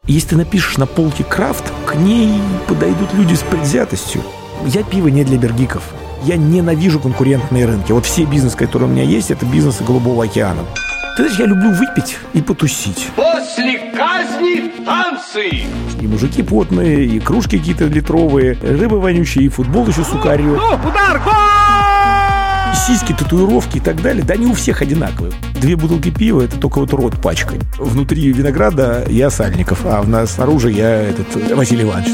Если ты напишешь на полке крафт, к ней подойдут люди с предвзятостью. Я пиво не для бергиков. Я ненавижу конкурентные рынки. Вот все бизнесы, которые у меня есть, это бизнесы Голубого океана. Ты знаешь, я люблю выпить и потусить. После казни танцы! И мужики потные, и кружки какие-то литровые, рыба вонючая, и футбол еще сукарью. Удар! Сиськи, татуировки и так далее. Да они у всех одинаковые. 2 бутылки пива — это только вот рот пачкой. Внутри винограда я Сальников, а снаружи я Василий Иванович.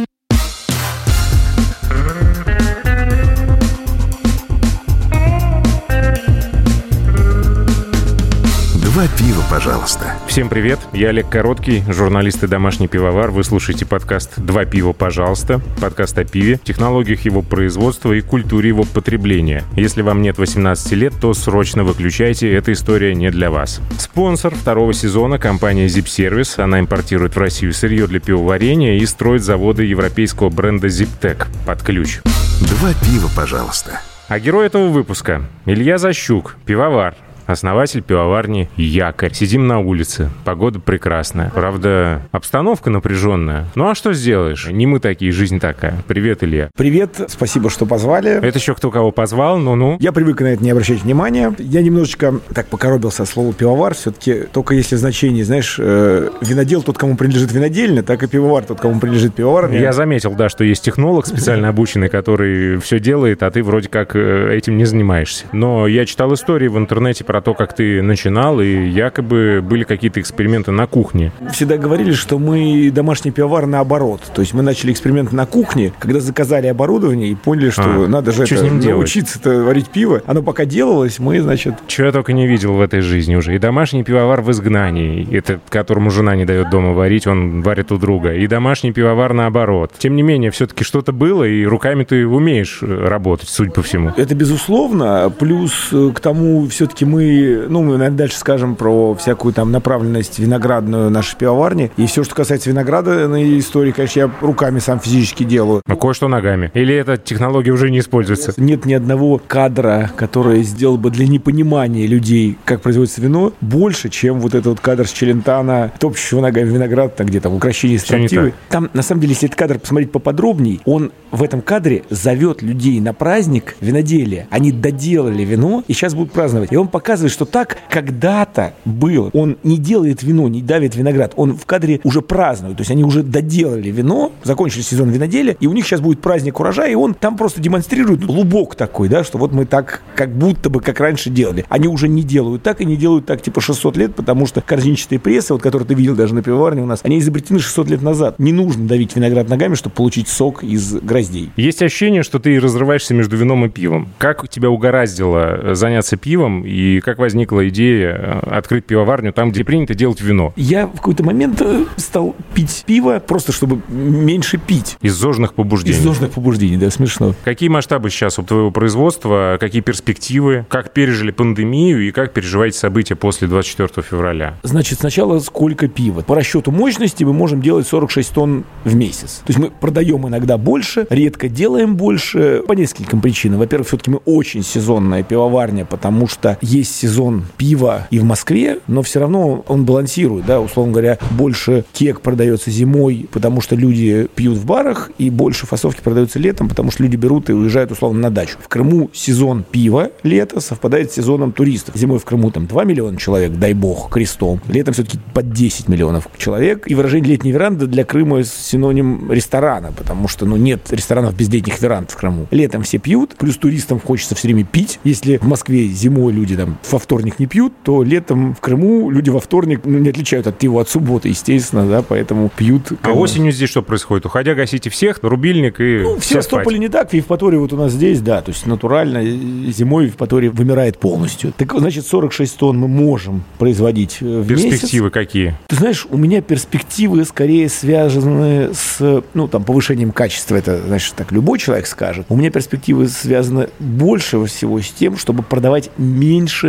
Два пива, пожалуйста. Всем привет, я Олег Короткий, журналист и домашний пивовар. Вы слушаете подкаст «Два пива, пожалуйста». Подкаст о пиве, технологиях его производства и культуре его потребления. Если вам нет 18 лет, то срочно выключайте, эта история не для вас. Спонсор второго сезона — компания ZipService. Она импортирует в Россию сырье для пивоварения и строит заводы европейского бренда ZipTech под ключ. Два пива, пожалуйста. А герой этого выпуска — Илья Защук, пивовар. Основатель пивоварни «Якорь». Сидим на улице. Погода прекрасная. Правда, обстановка напряженная. Ну а что сделаешь? Не мы такие, жизнь такая. Привет, Илья. Привет, спасибо, что позвали. Это еще кто кого позвал, ну-ну. Я привык на это не обращать внимания. Я немножечко так покоробился от слова «пивовар». Все-таки только если в значении, знаешь, винодел тот, кому принадлежит винодельня, так и пивовар тот, кому принадлежит пивоварня. Я заметил, да, что есть технолог специально обученный, который все делает, а ты вроде как этим не занимаешься. Но я читал истории в интернете про то, как ты начинал, и якобы были какие-то эксперименты на кухне. Всегда говорили, что мы домашний пивовар наоборот. То есть мы начали эксперименты на кухне, когда заказали оборудование и поняли, что надо же научиться варить пиво. Оно пока делалось, мы, значит... Чего я только не видел в этой жизни уже. И домашний пивовар в изгнании, это которому жена не дает дома варить, он варит у друга. И домашний пивовар наоборот. Тем не менее, все-таки что-то было, и руками ты умеешь работать, судя по всему. Это безусловно. Плюс к тому все-таки мы, наверное, дальше скажем про всякую там направленность виноградную нашей пивоварни. И все, что касается виноградной истории, конечно, я руками сам физически делаю. А кое-что ногами. Или эта технология уже не используется? Нет ни одного кадра, который сделал бы для непонимания людей, как производится вино, больше, чем вот этот вот кадр с Челентано, топчущего ногами виноград, там где-то укрощение строптивой. Там, на самом деле, если этот кадр посмотреть поподробнее, он в этом кадре зовет людей на праздник виноделия. Они доделали вино и сейчас будут праздновать. И он показывает, что так когда-то было. Он не делает вино, не давит виноград. Он в кадре уже празднует. То есть они уже доделали вино, закончили сезон виноделия, и у них сейчас будет праздник урожая, и он там просто демонстрирует лубок такой, да, что вот мы так, как будто бы, как раньше делали. Они уже не делают так и не делают так, типа 600 лет, потому что корзинчатые прессы, вот которые ты видел даже на пивоварне у нас, они изобретены 600 лет назад. Не нужно давить виноград ногами, чтобы получить сок из гроздей. Есть ощущение, что ты разрываешься между вином и пивом. Как тебя угораздило заняться пивом, и как возникла идея открыть пивоварню там, где принято делать вино? Я в какой-то момент стал пить пиво, просто чтобы меньше пить. Из зожных побуждений. Из зожных побуждений, да, смешно. Какие масштабы сейчас у твоего производства, какие перспективы, как пережили пандемию и как переживаете события после 24 февраля? Значит, сначала сколько пива? По расчету мощности мы можем делать 46 тонн в месяц. То есть мы продаем иногда больше, редко делаем больше по нескольким причинам. Во-первых, все-таки мы очень сезонная пивоварня, потому что есть сезон пива и в Москве, но все равно он балансирует, да, условно говоря, больше кек продается зимой, потому что люди пьют в барах, и больше фасовки продаются летом, потому что люди берут и уезжают условно на дачу. В Крыму сезон пива лето совпадает с сезоном туристов. Зимой в Крыму там 2 миллиона человек, дай бог, крестом. Летом все-таки под 10 миллионов человек. И выражение «летняя веранда» для Крыма синоним ресторана, потому что, нет ресторанов без летних веранд в Крыму. Летом все пьют, плюс туристам хочется все время пить. Если в Москве зимой люди там во вторник не пьют, то летом в Крыму люди во вторник не отличают от пива от субботы, естественно, да, поэтому пьют. А осенью здесь что происходит? Уходя, гасите всех, рубильник и в Севастополе не так, в Евпатории вот у нас здесь, да, то есть натурально зимой Евпатория вымирает полностью. Так, значит, 46 тонн мы можем производить в месяц. Перспективы какие? Ты знаешь, у меня перспективы скорее связаны с, повышением качества, это, значит, так любой человек скажет. У меня перспективы связаны больше всего с тем, чтобы продавать меньше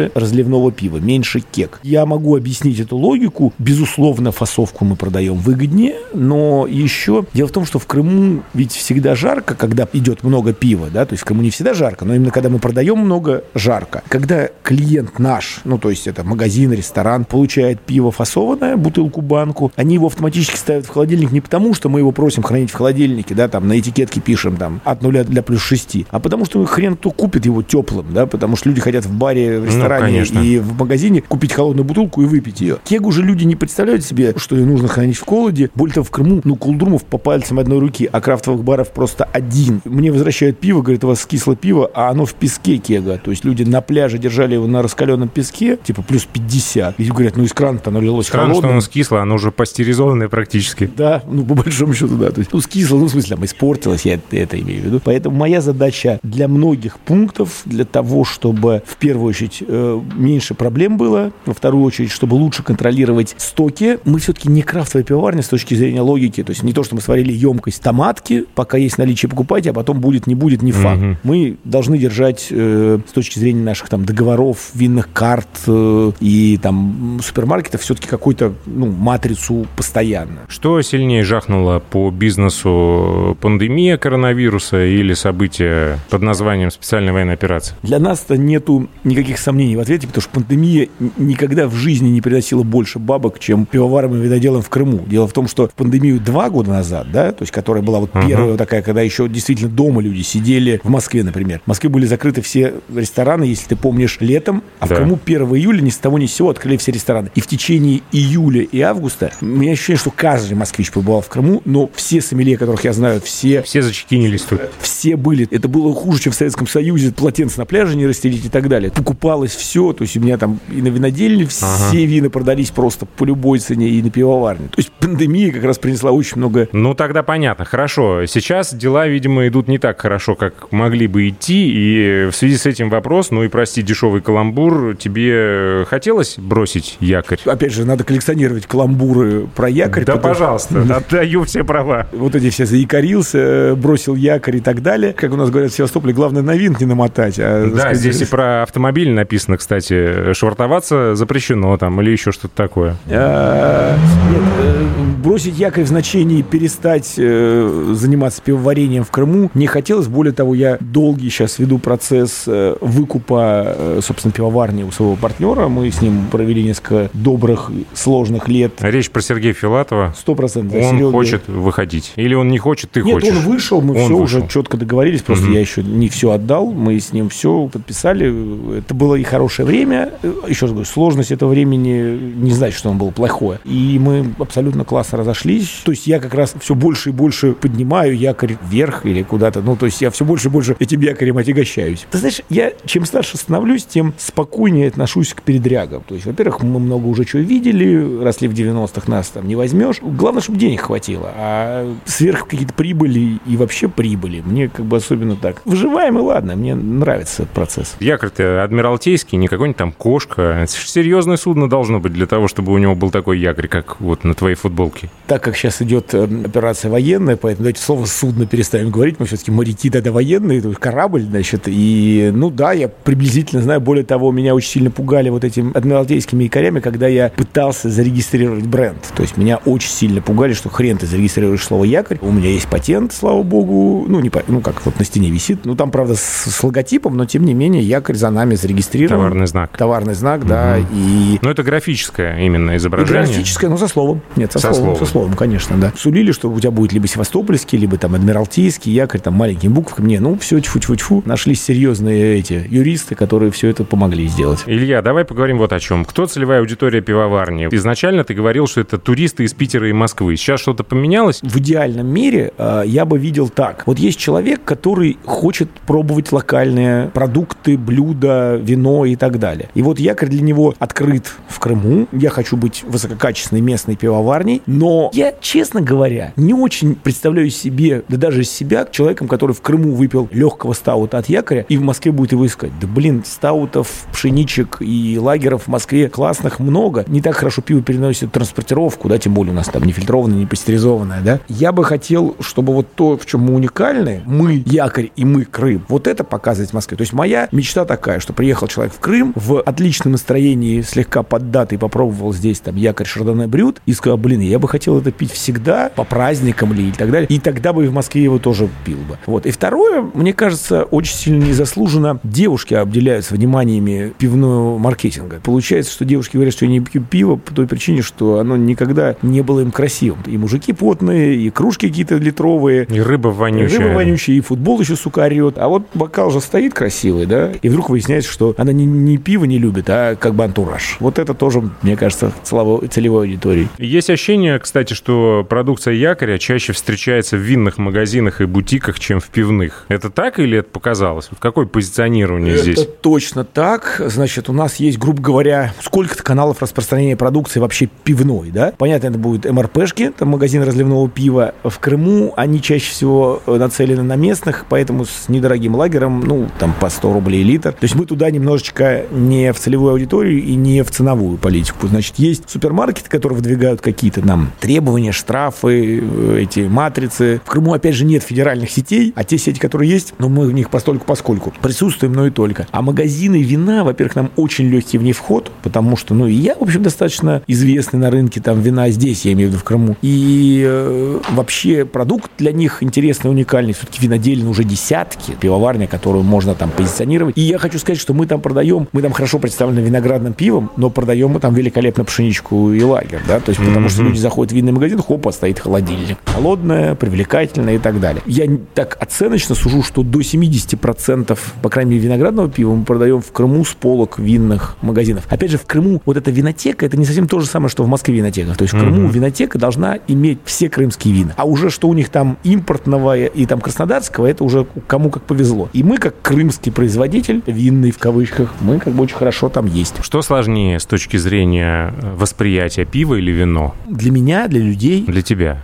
меньше разливного пива, меньше кек. Я могу объяснить эту логику. Безусловно, фасовку мы продаем выгоднее, но еще дело в том, что в Крыму ведь всегда жарко, когда идет много пива, да, то есть в Крыму не всегда жарко, но именно когда мы продаем много, жарко. Когда клиент наш, ну, то есть это магазин, ресторан, получает пиво фасованное, бутылку, банку, они его автоматически ставят в холодильник не потому, что мы его просим хранить в холодильнике, да, там на этикетке пишем там от 0 до +6, а потому что хрен кто купит его теплым, да, потому что люди хотят в баре, в ресторане и в магазине купить холодную бутылку и выпить ее. Кегу же люди не представляют себе, что ее нужно хранить в холоде. Более того, в Крыму, кулдрумов по пальцам одной руки, а крафтовых баров просто один. Мне возвращают пиво, говорят, у вас скисло пиво, а оно в песке кега. То есть люди на пляже держали его на раскаленном песке, типа плюс 50. И говорят, из крана-то оно лилось холодным. Странно, что оно скисло, оно уже пастеризованное практически. Да, по большому счету, да. То есть, скисло, в смысле, испортилось, я это имею в виду. Поэтому моя задача для многих пунктов, для того, чтобы в первую очередь меньше проблем было, во вторую очередь, чтобы лучше контролировать стоки. Мы все-таки не крафтовая пивоварня с точки зрения логики. То есть не то, что мы сварили емкость томатки, пока есть наличие, покупайте, а потом будет, не будет, не факт. Мы должны держать с точки зрения наших там договоров, винных карт и там супермаркетов все-таки какую-то матрицу постоянно. Что сильнее жахнуло по бизнесу? Пандемия коронавируса или события под названием специальная военная операция? Для нас-то нету никаких сомнений в ответе, потому что пандемия никогда в жизни не приносила больше бабок, чем пивоварам и виноделам в Крыму. Дело в том, что в пандемию 2 года назад, да, то есть которая была первая такая, когда еще действительно дома люди сидели, в Москве, например. В Москве были закрыты все рестораны, если ты помнишь, летом, а в Крыму 1 июля ни с того ни с сего открыли все рестораны. И в течение июля и августа у меня ощущение, что каждый москвич побывал в Крыму, но все сомелье, которых я знаю, все зачекинились тут. Все были. Это было хуже, чем в Советском Союзе. Полотенце на пляже не расстелить и так далее. Покупалось все. То есть у меня там и на винодельне все вина продались просто по любой цене, и на пивоварне. То есть пандемия как раз принесла очень много... Тогда понятно. Хорошо. Сейчас дела, видимо, идут не так хорошо, как могли бы идти. И в связи с этим вопрос, и прости дешевый каламбур, тебе хотелось бросить якорь? Опять же, надо коллекционировать каламбуры про якорь. Да, пожалуйста. Отдаю все права. Вот эти все заякорился, бросил якорь и так далее. Как у нас говорят в Севастополе, главное на винт не намотать. Да, здесь и про автомобиль написано, кстати. Швартоваться запрещено там или еще что-то такое. Нет, бросить якорь в значении перестать заниматься пивоварением в Крыму не хотелось. Более того, я долгий сейчас веду процесс выкупа, собственно, пивоварни у своего партнера. Мы с ним провели несколько добрых, сложных лет. Речь про Сергея Филатова. 100%. Он хочет выходить. Или он не хочет, ты хочешь? Нет, он вышел, мы все уже четко договорились. Просто я еще не все отдал. Мы с ним все подписали. Это было и хорошее время. Еще раз говорю, сложность этого времени не значит, что оно было плохое. И мы абсолютно классно разошлись. То есть я как раз все больше и больше поднимаю якорь вверх или куда-то. То есть я все больше и больше этим якорем отягощаюсь. Ты знаешь, я чем старше становлюсь, тем спокойнее отношусь к передрягам. То есть, во-первых, мы много уже чего видели, росли в 90-х, нас там не возьмешь. Главное, чтобы денег хватило. А сверх какие-то прибыли и вообще прибыли мне особенно так. Выживаем, и ладно, мне нравится этот процесс. Якорь-то адмиралтейский, не какой-нибудь там кошка. Это серьезное судно должно быть для того, чтобы у него был такой якорь, как вот на твоей футболке. Так как сейчас идет операция военная, поэтому давайте слово «судно» переставим говорить. Мы все-таки моряки тогда военные, то есть корабль, значит. И, я приблизительно знаю. Более того, меня очень сильно пугали вот этими адмиралтейскими якорями, когда я пытался зарегистрировать бренд. То есть меня очень сильно пугали, что хрен ты зарегистрируешь слово «якорь». У меня есть патент, слава богу. Как вот на стене висит. Там, правда, с логотипом, но тем не менее якорь за нами зарегистрирован. Товарный знак, да. И... это графическое именно изображение. Графическое, но со словом. Нет, со словом, конечно, да. Сулили, что у тебя будет либо севастопольский, либо там адмиралтейский якорь, там маленькими буквами. Все, тьфу-тьфу-тьфу. Нашлись серьезные юристы, которые все это помогли сделать. Илья, давай поговорим вот о чем. Кто целевая аудитория пивоварни? Изначально ты говорил, что это туристы из Питера и Москвы. Сейчас что-то поменялось? В идеальном мире я бы видел так. Вот есть человек, который хочет пробовать локальные продукты, блюда, вино и так далее. И вот якорь для него открыт в Крыму. Я хочу быть высококачественной местной пивоварней, но я, честно говоря, не очень представляю себе, да даже из себя, человеком, который в Крыму выпил легкого стаута от якоря и в Москве будет его искать. Да стаутов, пшеничек и лагеров в Москве классных много. Не так хорошо пиво переносит транспортировку, да, тем более у нас там не фильтрованное, не пастеризованное, да. Я бы хотел, чтобы вот то, в чем мы уникальны, мы якорь и мы Крым, вот это показывать в Москве. То есть моя мечта такая, что приехал человек человек в Крым, в отличном настроении, слегка поддатый, попробовал здесь там якорь Шардоне Брют и сказал, блин, я бы хотел это пить всегда, по праздникам ли и так далее. И тогда бы в Москве его тоже пил бы. Вот. И второе, мне кажется, очень сильно незаслуженно девушки обделяются вниманиями пивного маркетинга. Получается, что девушки говорят, что я не пью пиво по той причине, что оно никогда не было им красивым. И мужики потные, и кружки какие-то литровые. И рыба вонючая. И футбол еще, сука, орет. А вот бокал же стоит красивый, да? И вдруг выясняется, что она не пиво не любит, а как бы антураж. Вот это тоже, мне кажется, целевой аудитории. Есть ощущение, кстати, что продукция якоря чаще встречается в винных магазинах и бутиках, чем в пивных. Это так или это показалось? Вот какое позиционирование здесь? Это точно так. Значит, у нас есть, грубо говоря, сколько-то каналов распространения продукции вообще пивной, да? Понятно, это будут МРПшки, там магазин разливного пива. В Крыму они чаще всего нацелены на местных, поэтому с недорогим лагером, ну, там по 100 рублей литр. То есть мы туда немножечко не в целевую аудиторию и не в ценовую политику. Значит, есть супермаркеты, которые выдвигают какие-то нам требования, штрафы, эти матрицы. В Крыму, опять же, нет федеральных сетей, а те сети, которые есть, ну, мы в них постольку-поскольку присутствуем, но и только. А магазины вина, во-первых, нам очень легкий в них вход, потому что, ну, и я, в общем, достаточно известный на рынке там вина здесь, я имею в виду в Крыму. И вообще продукт для них интересный, уникальный. Все-таки винодельни уже десятки, пивоварня, которую можно там позиционировать. И я хочу сказать, что мы там хорошо представлены виноградным пивом, но продаем мы там великолепно пшеничку и лагерь, да, то есть потому что люди заходят в винный магазин, хопа, стоит холодильник. Холодное, привлекательное и так далее. Я так оценочно сужу, что до 70%, по крайней мере, виноградного пива мы продаем в Крыму с полок винных магазинов. Опять же, в Крыму вот эта винотека, это не совсем то же самое, что в Москве винотека. То есть в Крыму винотека должна иметь все крымские вина. А уже что у них там импортного и там краснодарского, это уже кому как повезло. И мы, как крымский производитель, винный в кавычках, мы как бы очень хорошо там есть. Что сложнее с точки зрения восприятия пива или вино? Для меня, для людей. Для тебя?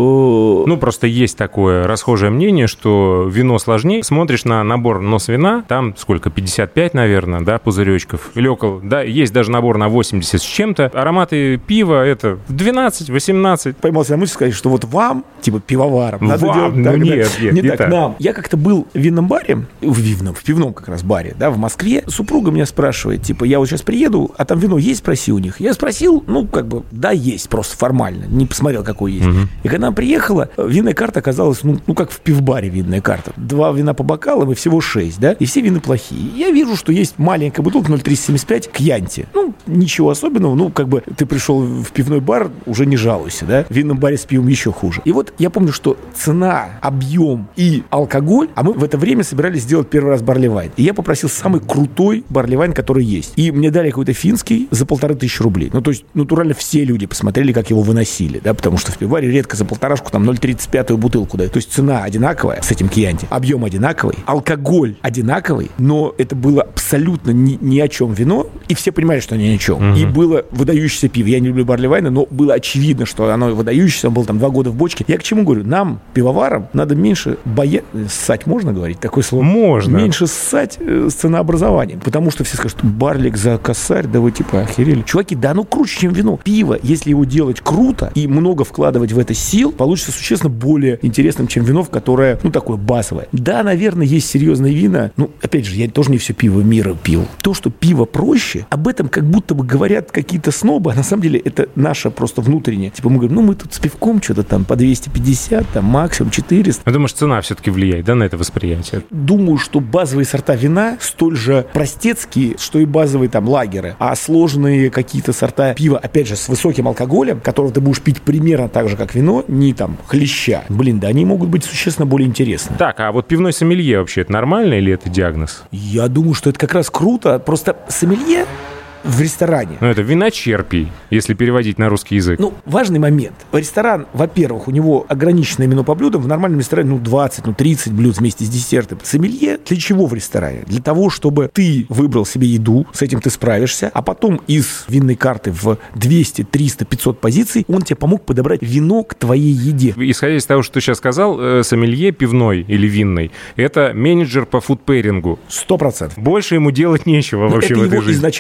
Ну, просто есть такое расхожее мнение, что вино сложнее. Смотришь на набор нос вина, там сколько, 55, наверное, да, пузыречков? Или около, да, есть даже набор на 80 с чем-то. Ароматы пива это 12, 18. Поймался на мысли сказать, что вот вам, типа пивоварам, надо делать так. Ну, нет, не так. Нам. Я как-то был в винном баре, в пивном как раз баре, да, в Москве. Супруга меня спрашивает, типа, я вот сейчас приеду, а там вино есть, спроси у них. Я спросил, ну, как бы, да, есть, просто формально. Не посмотрел, какой есть. И когда она приехала, винная карта оказалась, ну, как в пивбаре винная карта. 2 вина по бокалам и всего 6, да, и все вина плохие. Я вижу, что есть маленькая бутылка 0,375 Кьянти. Ну, ничего особенного, ну, как бы ты пришел в пивной бар, уже не жалуйся, да. В винном баре с пивом еще хуже. И вот я помню, что цена, объем и алкоголь, а мы в это время собирались сделать первый раз барли-вайн. И я попросил самый крутой барли-вайн, который есть. И мне дали какой-то финский за 1500 рублей. Ну, то есть, натурально все люди посмотрели, как его выносили, да, потому что в пивбаре редко за 1,5 там 0,35 бутылку дают. То есть, цена одинаковая с этим Кьянти, объем одинаковый, алкоголь одинаковый, но это было абсолютно ни о чем вино, и все понимали, что ни о чем. И было выдающееся пиво. Я не люблю барли-вайны, но было очевидно, что оно выдающееся, он был там 2 года в бочке. Я к чему говорю? Нам, пивоварам, надо меньше ссать, можно говорить такое слово? Можно. Меньше ссать с ценообразованием. Потому что все скажут, барлик за косарь, да вы типа охерели. Чуваки, да оно круче, чем вино. Пиво, если его делать круто и много вкладывать в это сил, получится существенно более интересным, чем вино, которое, ну, такое базовое. Да, наверное, есть серьезные вина. Ну, опять же, я тоже не все пиво мира пил. То, что пиво проще, об этом как будто бы говорят какие-то снобы, а на самом деле это наше просто внутреннее. Типа мы говорим, ну, мы тут с пивком что-то там по 250, там максимум 400. Я думаю, что цена все-таки влияет, да, на это восприятие? Думаю, что базовые сорта вина столь же простецкие, что и базовые там лагеры, а сложные какие-то сорта пива, опять же, с высоким алкоголем, которого ты будешь пить примерно так же, как вино, не там хлеща. Блин, да они могут быть существенно более интересны. Так, а вот пивной сомелье вообще это нормально или это диагноз? Я думаю, что это как раз круто. Просто сомелье в ресторане. Ну, это виночерпий, если переводить на русский язык. Ну, важный момент. Ресторан, во-первых, у него ограниченное меню по блюдам. В нормальном ресторане, 20, 30 блюд вместе с десертом. Сомелье для чего в ресторане? Для того, чтобы ты выбрал себе еду, с этим ты справишься, а потом из винной карты в 200, 300, 500 позиций он тебе помог подобрать вино к твоей еде. Исходя из того, что ты сейчас сказал, сомелье пивной или винный – это менеджер по фудпейрингу. 100%. Больше ему делать нечего вообще в этой жизни. Это его изначальная задача.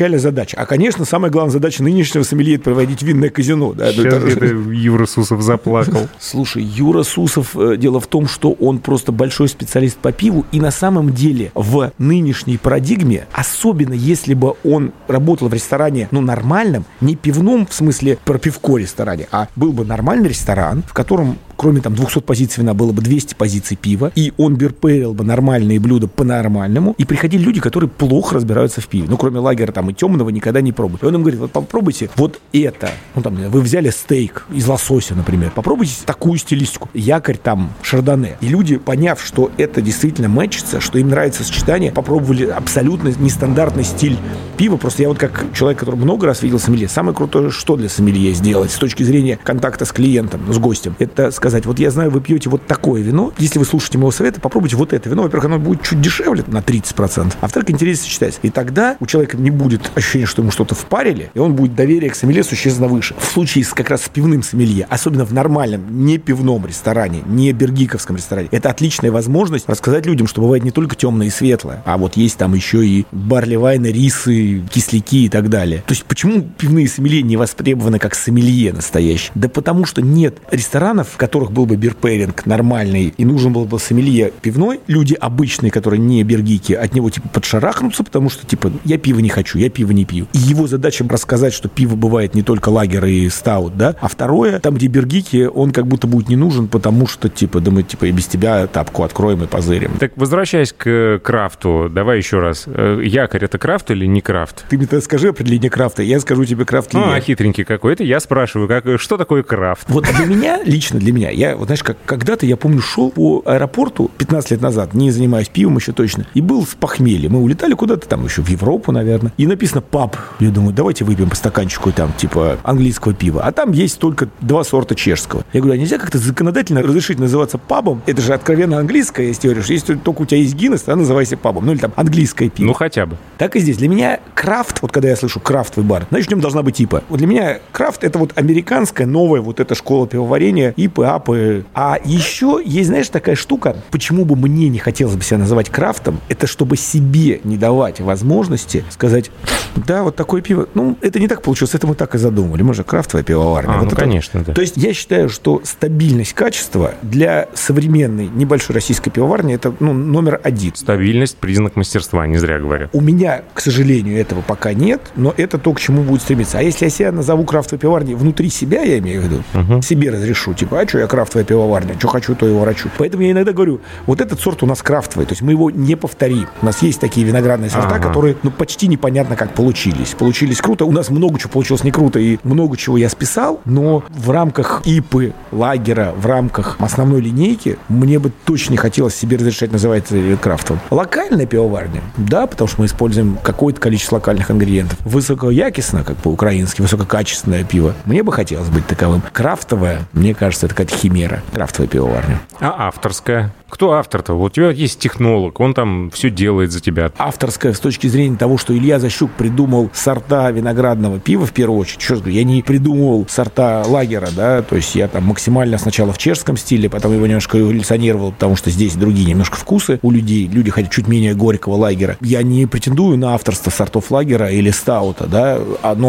задача. А, конечно, самая главная задача нынешнего сомелье — это проводить винное казино. Да? Сейчас где-то Юра Сусов заплакал. Слушай, Юра Сусов, дело в том, что он просто большой специалист по пиву, и на самом деле в нынешней парадигме, особенно если бы он работал в ресторане, нормальном, не пивном, в смысле про пивко ресторане, а был бы нормальный ресторан, в котором кроме 200 позиций вина было бы 200 позиций пива, и он бирпейлил бы нормальные блюда по-нормальному, и приходили люди, которые плохо разбираются в пиве. Кроме лагера и темного никогда не пробовали. И он им говорит: вот попробуйте вот это. Вы взяли стейк из лосося, например. Попробуйте такую стилистику. Якорь шардоне. И люди, поняв, что это действительно мэчится, что им нравится сочетание, попробовали абсолютно нестандартный стиль пива. Просто я как человек, который много раз видел сомелье, самое крутое, что для сомелье сделать с точки зрения контакта с клиентом, с гостем, это сказать: вот я знаю, вы пьете вот такое вино, если вы слушаете моего совета, попробуйте вот это вино. Во-первых, оно будет чуть дешевле на 30%, а во-вторых, интересно сочетать. И тогда у человека не будет ощущения, что ему что-то впарили, и он будет доверие к сомелье существенно выше. В случае как раз с пивным сомелье, особенно в нормальном, не пивном ресторане, не бергиковском ресторане, это отличная возможность рассказать людям, что бывает не только темное и светлое, а вот есть еще и барли-вайны, рисы, кисляки и так далее. То есть почему пивные сомелье не востребованы как сомелье настоящий? Да потому что нет ресторанов, в которых был бы бирпейринг нормальный, и нужен был бы сомелье пивной, люди обычные, которые не бергики, от него подшарахнутся, потому что я пиво не хочу, я пиво не пью. И его задача рассказать, что пиво бывает не только лагер и стаут, да, а второе, там, где бергики, он как будто будет не нужен, потому что, да мы, и без тебя тапку откроем и позырим. Так, возвращаясь к крафту, давай еще раз. Якорь — это крафт или не крафт? Ты мне тогда скажи определение крафта, я скажу тебе, крафт ли нет. Хитренький какой. Это я спрашиваю, что такое крафт? Вот для меня, лично для меня, я, когда-то, я помню, шел по аэропорту 15 лет назад, не занимаясь пивом еще точно, и был с похмелья. Мы улетали куда-то еще в Европу, наверное, и написано паб. Я думаю, давайте выпьем по стаканчику английского пива. А там есть только 2 сорта чешского. Я говорю: а нельзя как-то законодательно разрешить называться пабом? Это же откровенно английское, если ты говоришь. Если только у тебя есть Гиннес, тогда называйся пабом. Или английское пиво. Хотя бы. Так и здесь. Для меня крафт, когда я слышу крафтовый бар, значит, в нем должна быть ИПА. Для меня крафт — это американская новая эта школа пивоварения, ИПы, АПы. А еще есть, знаешь, такая штука, почему бы мне не хотелось бы себя называть крафтом, это чтобы себе не давать возможности сказать: да, вот такое пиво, это не так получилось, это мы так и задумали, мы же крафтовая пивоварня. Конечно, да. То есть я считаю, что стабильность качества для современной небольшой российской пивоварни — это номер 1. Стабильность — признак мастерства, не зря говорят. У меня, к сожалению, этого пока нет, но это то, к чему будет стремиться. А если я себя назову крафтовой пивоварней внутри себя, я имею в виду, себе разрешу, а что я крафтовая пивоварня, что хочу, то и ворочу. Поэтому я иногда говорю: вот этот сорт у нас крафтовый, то есть мы его не повторим. У нас есть такие виноградные сорта, которые, почти непонятно как получились. Получились круто, у нас много чего получилось не круто, и много чего я списал, но в рамках ИПы, лагера, в рамках основной линейки мне бы точно не хотелось себе разрешать называть крафтовым. Локальная пивоварня, да, потому что мы используем какое-то количество локальных ингредиентов. Высокоякостно, как по-украински, высококачественное пиво. Мне бы хотелось быть таковым. Крафтовое, мне кажется, это какая-то химера. Крафтовая пивоварня. А авторская? Кто автор-то? Вот у тебя есть технолог, он там все делает за тебя. Авторская с точки зрения того, что Илья Защук придумал сорта виноградного пива в первую очередь. Что я не придумывал сорта лагера, да, то есть я максимально сначала в чешском стиле, потом его немножко эволюционировал, потому что здесь другие немножко вкусы у людей. Люди хотят чуть менее горького лагера. Я не претендую на авторство сортов лагера или стаута, да,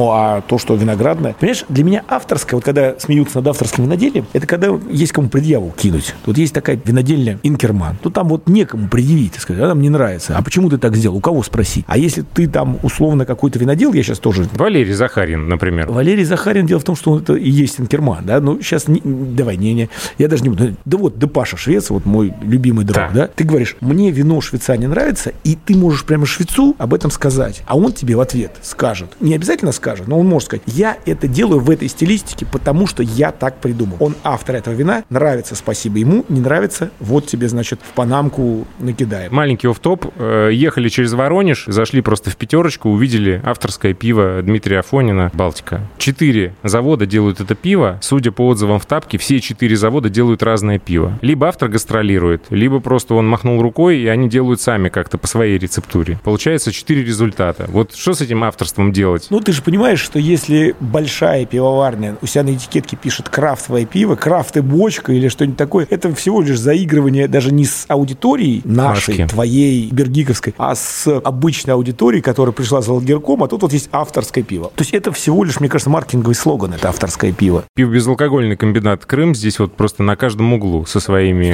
а то, что виноградное. Понимаешь, для меня авторское, когда смеются над авторским виноделием, это когда есть кому предъяву кинуть. Тут есть такая винодельня Инкерман. То там некому предъявить, сказать: нам не нравится. А почему ты так сделал? У кого спроси? А если ты условно какой-то винодел, я сейчас тоже... Валерий Захарин, например. Валерий Захарин, дело в том, что это и есть Инкерман, да, сейчас, давай, я даже не буду. Да Паша Швец, мой любимый друг, да, ты говоришь: мне вино швеца не нравится, и ты можешь прямо швецу об этом сказать, а он тебе в ответ скажет, не обязательно скажет, но он может сказать: я это делаю в этой стилистике, потому что я так придумал. Он автор этого вина, нравится, спасибо ему, не нравится, вот тебе, значит, в панамку накидаем. Маленький офф-топ. Ехали через Воронеж, зашли просто в пятерочку, увидели авторское пиво Дмитрия Афонина «Балтика». 4 завода делают это пиво. Судя по отзывам в тапке, все 4 завода делают разное пиво. Либо автор гастролирует, либо просто он махнул рукой, и они делают сами как-то по своей рецептуре. Получается 4 результата. Вот что с этим авторством делать? Ты же понимаешь, что если большая пивоварня у себя на этикетке пишет крафтовое пиво, крафт и бочка или что-нибудь такое, это всего лишь заигрывание даже не с аудиторией нашей, Машки. твоей, бергиковской, а с обычной аудиторией, которая пришла за лагерком, а тут вот есть авторское пиво. То есть это всего лишь, мне кажется, маркетинговый слоган, это авторское пиво. Пиво-безалкогольный комбинат «Крым» здесь вот просто на каждом углу со своими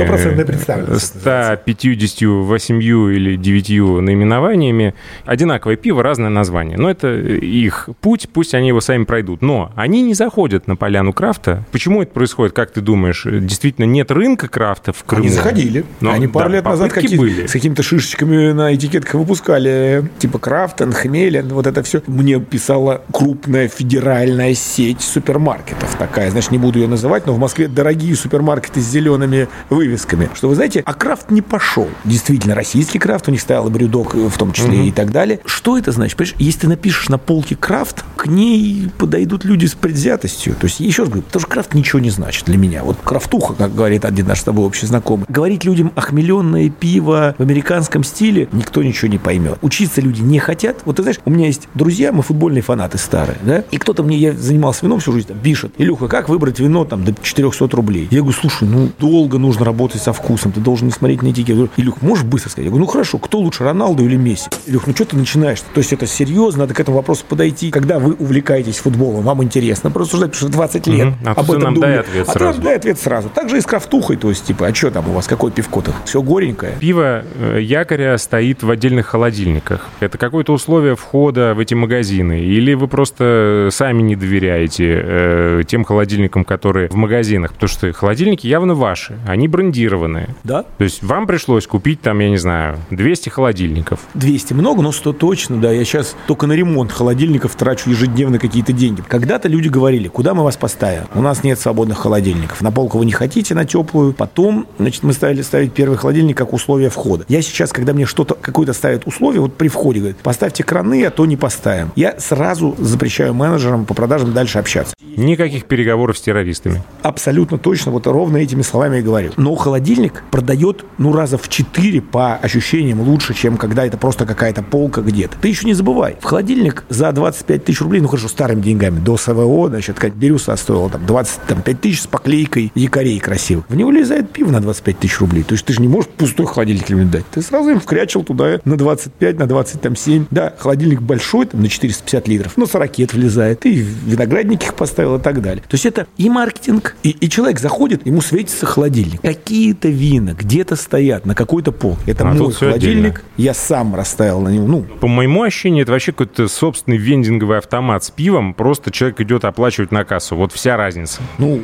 158 или 9 наименованиями. Одинаковое пиво, разное название. Но это их путь, пусть они его сами пройдут. Но они не заходят на поляну крафта. Почему это происходит, как ты думаешь? Действительно, нет рынка крафта в Крыму? Они заходили. Но, они пару лет назад были. с какими-то шишечками на этикетках выпускали. Типа Крафтен, Хмелен, вот это все. Мне писала крупная федеральная сеть супермаркетов такая. Значит, не буду ее называть, но в Москве дорогие супермаркеты с зелеными вывесками. Что вы знаете, а крафт не пошел. Действительно, российский крафт, у них стоял и брюдок в том числе и так далее. Что это значит? Понимаешь, если ты напишешь на полке крафт, к ней подойдут люди с предвзятостью. То есть, еще раз говорю, потому что крафт ничего не значит для меня. Вот крафтуха, как говорит один наш с тобой общий знакомый. Говорить людям охмеленное пиво в американском стиле, никто ничего не поймет. Учиться люди не хотят. Вот ты знаешь, у меня есть друзья, мы футбольные фанаты старые, да? И кто-то мне, я занимался вином всю жизнь, там, пишет: Илюха, как выбрать вино там до 400 рублей? Я говорю, слушай, долго нужно работать со вкусом, ты должен не смотреть на этикет. Я говорю, Илюх, можешь быстро сказать? Я говорю, хорошо, кто лучше, Роналду или Месси? Илюх, что ты начинаешь? То есть это серьезно, надо к этому вопросу подойти. Когда вы увлекаетесь футболом, вам интересно порассуждать, потому что 20 лет об этом нам дай думали. ответ сразу. Дай ответ сразу. Так же и с крафтухой, то есть, типа, а что там у вас, какое пивко-то? Все горенькое. Пиво якоря стоит в отдельных холодильниках. Это какое-то условие входа в эти магазины? Или вы просто сами не доверяете тем холодильникам, которые в магазинах? Потому что холодильники явно ваши, они брендированные. Да. То есть вам пришлось купить там, я не знаю, 200 холодильников. 200 много, но 100 точно, да. Я сейчас только на ремонт холодильников трачу ежедневно какие-то деньги. Когда-то люди говорили, куда мы вас поставим? У нас нет свободных холодильников. На полку вы не хотите, на теплую. Потом, значит, мы стали ставить первый холодильник как условие входа. Я сейчас, когда мне что-то, какое-то ставят условие, вот при входе говорят, поставьте краны, а то не поставим. Я сразу запрещаю менеджерам по продажам дальше общаться. Никаких переговоров с террористами. Абсолютно точно, вот ровно этими словами я говорю. Но холодильник продает, раза в 4 по ощущениям лучше, чем когда это просто какая-то полка где-то. Ты еще не забывай, в холодильник за 25 тысяч рублей, хорошо, старыми деньгами, до СВО, значит, какая-то Бирюса стоила там 25 тысяч с поклейкой якорей красивых. В него влезает пиво на 25 тысяч рублей. То есть ты же не можешь пустой холодильник им дать. Ты сразу им вкрячил туда на 25, на 27. Да, холодильник большой, там на 450 литров, но 40 влезает. И виноградники их поставил и так далее. То есть это и маркетинг, и человек заходит, ему светится холодильник. Какие-то вина где-то стоят на какой-то полке. Это мой холодильник, я сам расставил на него. По моему ощущению, это вообще какой-то собственный вендинговый автомат с пивом. Просто человек идет оплачивать на кассу. Вот вся разница.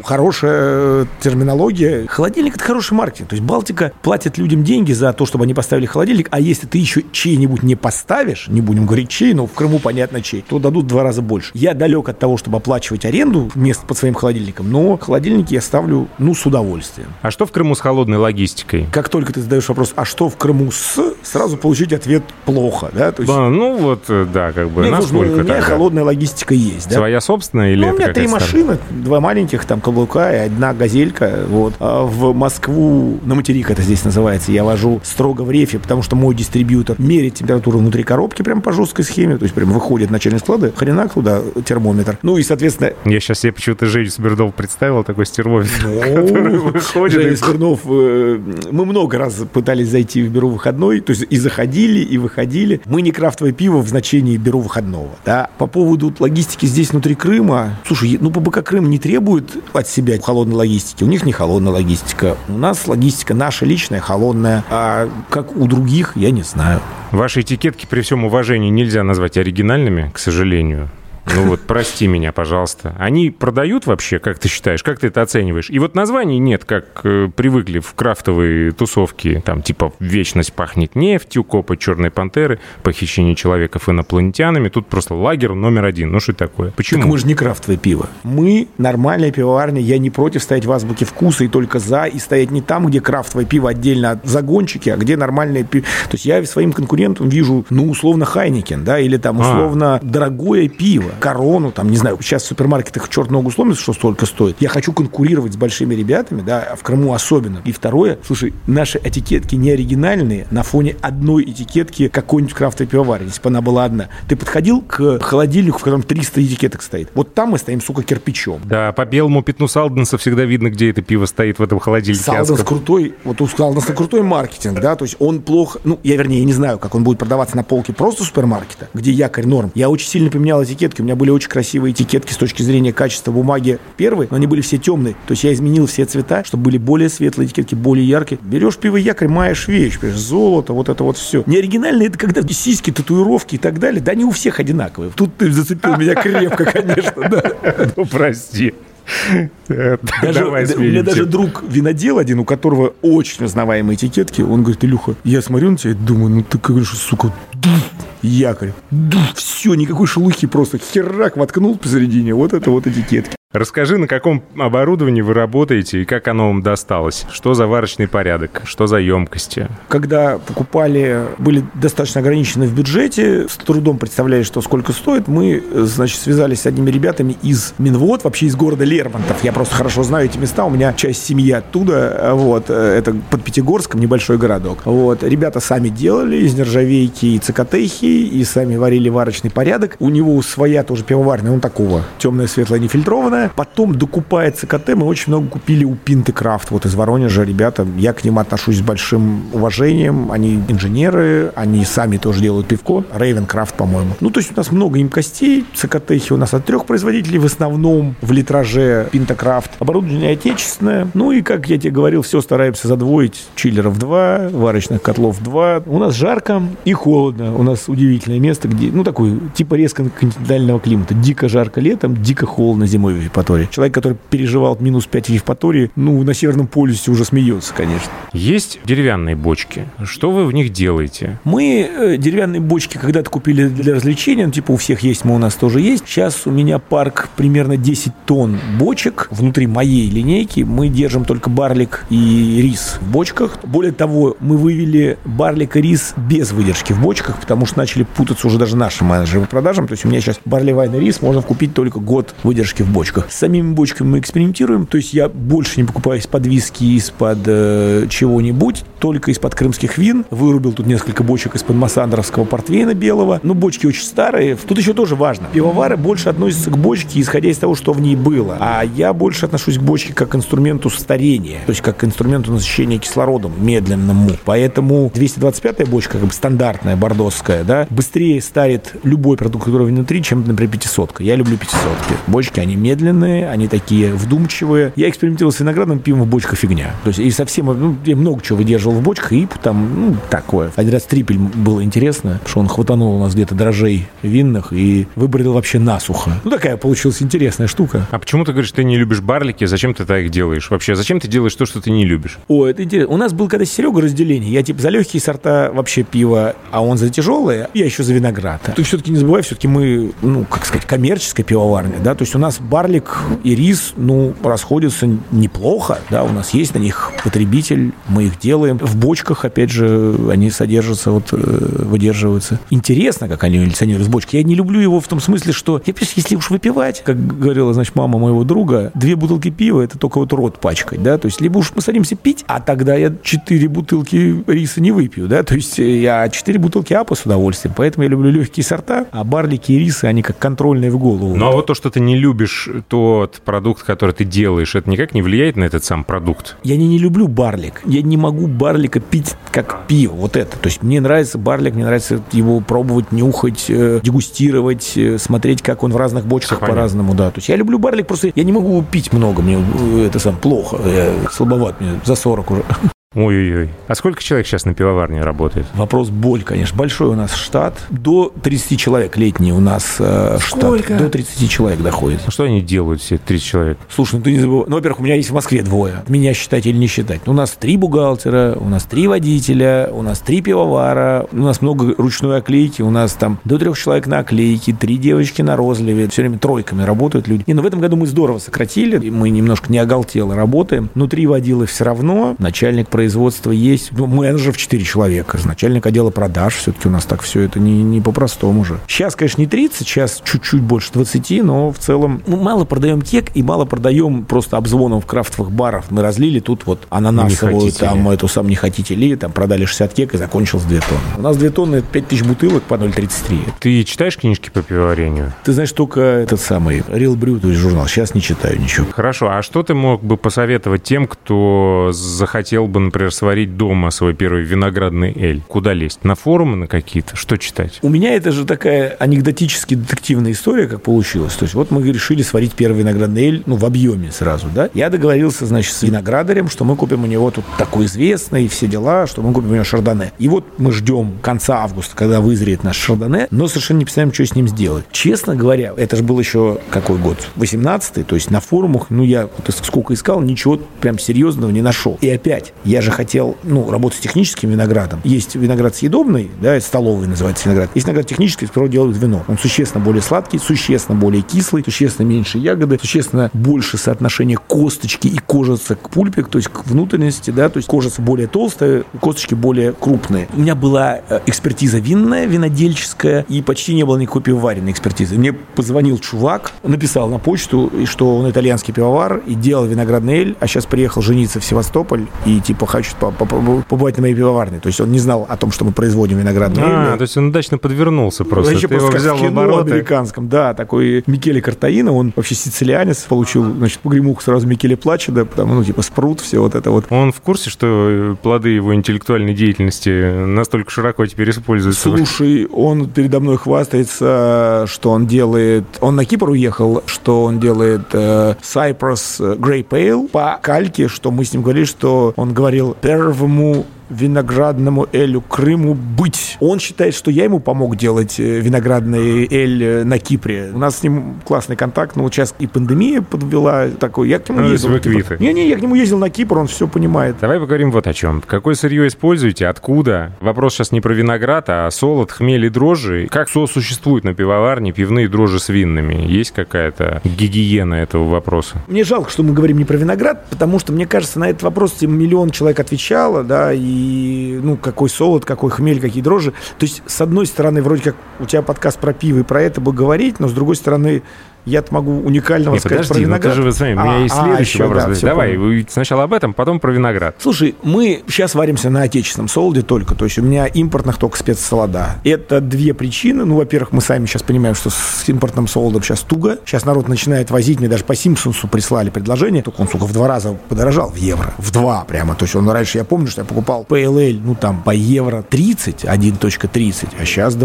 Хорошая терминология. Холодильник – это хороший маркетинг. То есть Балтика платит людям деньги за то, чтобы они поставили холодильник, а если ты еще чей-нибудь не поставишь, не будем говорить чей, но в Крыму понятно чей, то дадут в 2 раза больше. Я далек от того, чтобы оплачивать аренду мест под своим холодильником, но холодильники я ставлю, с удовольствием. А что в Крыму с холодной логистикой? Как только ты задаешь вопрос, а что в Крыму сразу получить ответ плохо, да? То есть... насколько у меня холодная логистика есть, да? Своя собственная или у меня 3 машины, 2 маленьких, там, каблука и 1 газелька, вот. А в Москву, на материк это здесь называется, я вожу строго в рефе, потому что мой дистрибьютор меряет температуру внутри коробки прям по жесткой схеме, то есть прям выходит начальник склада, хренак туда термометр. И, соответственно... Я сейчас себе почему-то Женю Смирнов представил, такой с термометром, который выходит. Женя Смирнов, мы много раз пытались зайти в бюро выходной, то есть и заходили, и выходили. Мы не крафтовое пиво в значении бюро выходного, да. По поводу логистики здесь внутри Крыма, слушай, ПБК Крым не требует от себя холодной логистики, у них не холодная логистика, у нас логистика наша личная, холодная, а как у других, я не знаю. Ваши этикетки, при всем уважении, нельзя назвать оригинальными, к сожалению. Прости меня, пожалуйста. Они продают вообще, как ты считаешь? Как ты это оцениваешь? И названий нет, как привыкли в крафтовые тусовки. Там типа «Вечность пахнет нефтью», «Копы черной пантеры», «Похищение человеков инопланетянами». Тут просто лагерь номер 1. Что это такое? Почему? Так мы же не крафтовое пиво. Мы нормальная пивоварня. Я не против стоять в азбуке вкуса и только за. И стоять не там, где крафтовое пиво отдельно от загончики, а где нормальное пиво. То есть я своим конкурентам вижу, условно, Хайникен, да, или там условно дорогое пиво. Корону, там, не знаю, сейчас в супермаркетах черт ногу сломится, что столько стоит. Я хочу конкурировать с большими ребятами, да, в Крыму особенно. И второе, слушай, наши этикетки не оригинальные на фоне одной этикетки какой-нибудь крафтовой пивоварни, если бы она была одна. Ты подходил к холодильнику, в котором 300 этикеток стоит. Вот там мы стоим, сука, кирпичом. Да, по белому пятну Салденса всегда видно, где это пиво стоит в этом холодильнике. Салденс крутой, вот у Салденса крутой маркетинг, да, то есть он плохо, я не знаю, как он будет продаваться на полке просто супермаркета, где якорь норм. Я очень сильно поменял этикетки, у меня были очень красивые этикетки с точки зрения качества бумаги первые, но они были все темные, то есть я изменил все цвета, чтобы были более светлые этикетки, более яркие. Берешь пиво якорь, маешь вещь, золото, вот это вот все. Не оригинальные, это когда сиськи, татуировки и так далее, да они у всех одинаковые. Тут ты зацепил меня крепко, конечно, да. Ну, прости. У меня даже друг винодел один, у которого очень узнаваемые этикетки, он говорит: Илюха, я смотрю на тебя и думаю, ты, конечно, сука, якорь, все, никакой шелухи, просто херак воткнул посередине, вот это вот этикетки. Расскажи, на каком оборудовании вы работаете и как оно вам досталось? Что за варочный порядок? Что за емкости? Когда покупали, были достаточно ограничены в бюджете, с трудом представляли, что сколько стоит, мы, значит, связались с одними ребятами из Минвод, вообще из города Лермонтов. Я просто хорошо знаю эти места, у меня часть семьи оттуда, вот, это под Пятигорском, небольшой городок. Вот, ребята сами делали из нержавейки и цикатехи, и сами варили варочный порядок. У него своя тоже пивоварня, он такого, темная, светлая, нефильтрованная. Потом докупается КТ, мы очень много купили у Пинты Крафт, вот из Воронежа ребята, я к ним отношусь с большим уважением, они инженеры, они сами тоже делают пивко, Рейвен Крафт, по-моему. То есть у нас много емкостей, ЦКТХи у нас от 3 производителей, в основном в литраже Пинта Крафт, оборудование отечественное, и, как я тебе говорил, все стараемся задвоить, чиллеров 2, варочных котлов 2, у нас жарко и холодно, у нас удивительное место, где, такой, типа резко континентального климата, дико жарко летом, дико холодно зимой в Евпатории. Человек, который переживал минус 5 в Евпатории, на Северном полюсе уже смеется, конечно. Есть деревянные бочки. Что вы в них делаете? Мы деревянные бочки когда-то купили для развлечения, у всех есть, у нас тоже есть. Сейчас у меня парк примерно 10 тонн бочек. Внутри моей линейки мы держим только барлик и рис в бочках. Более того, мы вывели барлик и рис без выдержки в бочках, потому что начали путаться уже даже наши менеджеры по продажам. То есть у меня сейчас барливайный рис можно купить только год выдержки в бочках. С самими бочками мы экспериментируем, то есть я больше не покупаю из-под виски, из-под чего-нибудь, только из-под крымских вин. Вырубил тут несколько бочек из-под массандровского портвейна белого. Бочки очень старые. Тут еще тоже важно. Пивовары больше относятся к бочке, исходя из того, что в ней было. А я больше отношусь к бочке как к инструменту старения, то есть как к инструменту насыщения кислородом медленному. Поэтому 225-я бочка, стандартная, бордосская, да, быстрее старит любой продукт, который внутри, чем, например, 500-ка. Я люблю 500-ки. Бочки, они медленные, они такие вдумчивые. Я экспериментировал с виноградным пивом, бочка фигня. То есть и совсем, я много чего выдерживал в бочках, и там, такое. Один раз трипель было интересно, что он хватанул у нас где-то дрожжей винных и выбродил вообще насухо. Такая получилась интересная штука. А почему ты говоришь, ты не любишь барлики? Зачем ты так делаешь? Вообще, зачем ты делаешь то, что ты не любишь? Это интересно. У нас был когда с Серегой разделение. Я за легкие сорта вообще пива, а он за тяжелые. Я еще за виноград. То есть все-таки не забывай, все-таки мы, коммерческая пивоварня, да, то есть у нас барлик и рис, расходятся неплохо, да, у нас есть на них потребитель, мы их делаем. В бочках, опять же, они содержатся, выдерживаются. Интересно, как они эволюционируют в бочке. Я не люблю его в том смысле, что, если уж выпивать, как говорила, мама моего друга, 2 бутылки пива, это только рот пачкать, да, то есть либо уж мы садимся пить, а тогда я 4 бутылки риса не выпью, да, то есть я 4 бутылки апа с удовольствием, поэтому я люблю легкие сорта, а барлики и рисы, они как контрольные в голову. А то, что ты не любишь тот продукт, который ты делаешь, это никак не влияет на этот сам продукт? Я не люблю барлик. Я не могу барлика пить как пиво. Вот это. То есть мне нравится барлик, мне нравится его пробовать, нюхать, дегустировать, смотреть, как он в разных бочках по-разному. Да. То есть я люблю барлик, просто я не могу пить много. Мне плохо. Я слабоват, мне за 40 уже. Ой-ой-ой. А сколько человек сейчас на пивоварне работает? Вопрос боль, конечно. Большой у нас штат. До 30 человек летний у нас штат. До 30 человек доходит. Что они делают, все 30 человек? Слушай, ты не забывай. Во-первых, у меня есть в Москве 2. Меня считать или не считать. У нас 3 бухгалтера, у нас 3 водителя, у нас 3 пивовара, у нас много ручной оклейки, у нас там до 3 человек на оклейке, 3 девочки на розливе. Все время тройками работают люди. В этом году мы здорово сократили. Мы немножко не оголтело работаем. Но 3 водила все равно. Начальник производства производства есть. Ну, менеджеров 4 человека, начальник отдела продаж. Все-таки у нас так все это не по-простому же. Сейчас, конечно, не 30, сейчас чуть-чуть больше 20, но в целом мы мало продаем кек и мало продаем просто обзвоном в крафтовых барах. Мы разлили тут вот ананасовую, там эту сам не хотите ли, там продали 60 кек и закончилось 2 тонны. У нас 2 тонны — это 5000 бутылок по 0,33. Ты читаешь книжки по пивоварению? Ты знаешь, только этот самый Real Brew, то есть журнал. Сейчас не читаю ничего. Хорошо, а что ты мог бы посоветовать тем, кто захотел бы, например, сварить дома свой первый виноградный эль? Куда лезть? На форумы на какие-то? Что читать? У меня это же такая анекдотически детективная история, как получилось. То есть вот мы решили сварить первый виноградный эль, в объеме сразу, да. Я договорился, значит, с виноградарем, что мы купим у него тут такой известный, все дела, что мы купим у него шардоне. И вот мы ждем конца августа, когда вызреет наш шардоне, но совершенно не представляем, что с ним сделать. Честно говоря, это же был еще какой год? 18-й, то есть на форумах, я вот сколько искал, ничего прям серьезного не нашел. И опять, я же хотел, работать с техническим виноградом. Есть виноград съедобный, да, это столовый называется виноград. Есть виноград технический, из которого делают вино. Он существенно более сладкий, существенно более кислый, существенно меньше ягоды, существенно больше соотношение косточки и кожицы к пульпе, то есть к внутренности, да, то есть кожица более толстая, косточки более крупные. У меня была экспертиза винная, винодельческая, и почти не было никакой пивоваренной экспертизы. Мне позвонил чувак, написал на почту, что он итальянский пивовар и делал виноградный эль, а сейчас приехал жениться в Севастополь и хочет побывать на моей пивоварне. То есть он не знал о том, что мы производим виноградный эль. То есть он удачно подвернулся просто. Ты его взял в обороты. Американском, да, такой Микеле Картаино, он вообще сицилианец, получил, погремуху сразу Микеле Плачеда, потому, спрут, все вот это вот. Он в курсе, что плоды его интеллектуальной деятельности настолько широко теперь используются? Слушай, он передо мной хвастается, что он делает... Он на Кипр уехал, что он делает Cyprus Grape Ale по кальке, что мы с ним говорили, что он говорил первому виноградному элю Крыму быть. Он считает, что я ему помог делать виноградный эль на Кипре. У нас с ним классный контакт, но сейчас и пандемия подвела такой. Я к нему ездил. Я к нему ездил на Кипр, он все понимает. Давай поговорим вот о чем. Какое сырье используете, откуда? Вопрос сейчас не про виноград, а солод, хмель и дрожжи. Как сосуществует на пивоварне пивные дрожжи с винными? Есть какая-то гигиена этого вопроса? Мне жалко, что мы говорим не про виноград, потому что, мне кажется, на этот вопрос миллион человек отвечало, да, и какой солод, какой хмель, какие дрожжи. То есть, с одной стороны, вроде как у тебя подкаст про пиво, и про это бы говорить, но с другой стороны, я-то могу уникального сказать про виноград. Подожди, ты же у меня есть следующий вопрос. Да, давай, сначала об этом, потом про виноград. Слушай, мы сейчас варимся на отечественном солоде только, то есть у меня импортных только спецсолода. Это 2 причины. Во-первых, мы сами сейчас понимаем, что с импортным солодом сейчас туго. Сейчас народ начинает возить, мне даже по Симпсонсу прислали предложение, только он, в 2 раза подорожал в евро. В 2 прямо. То есть он раньше, я помню, что я покупал PLL, по евро 30, 1.30, а сейчас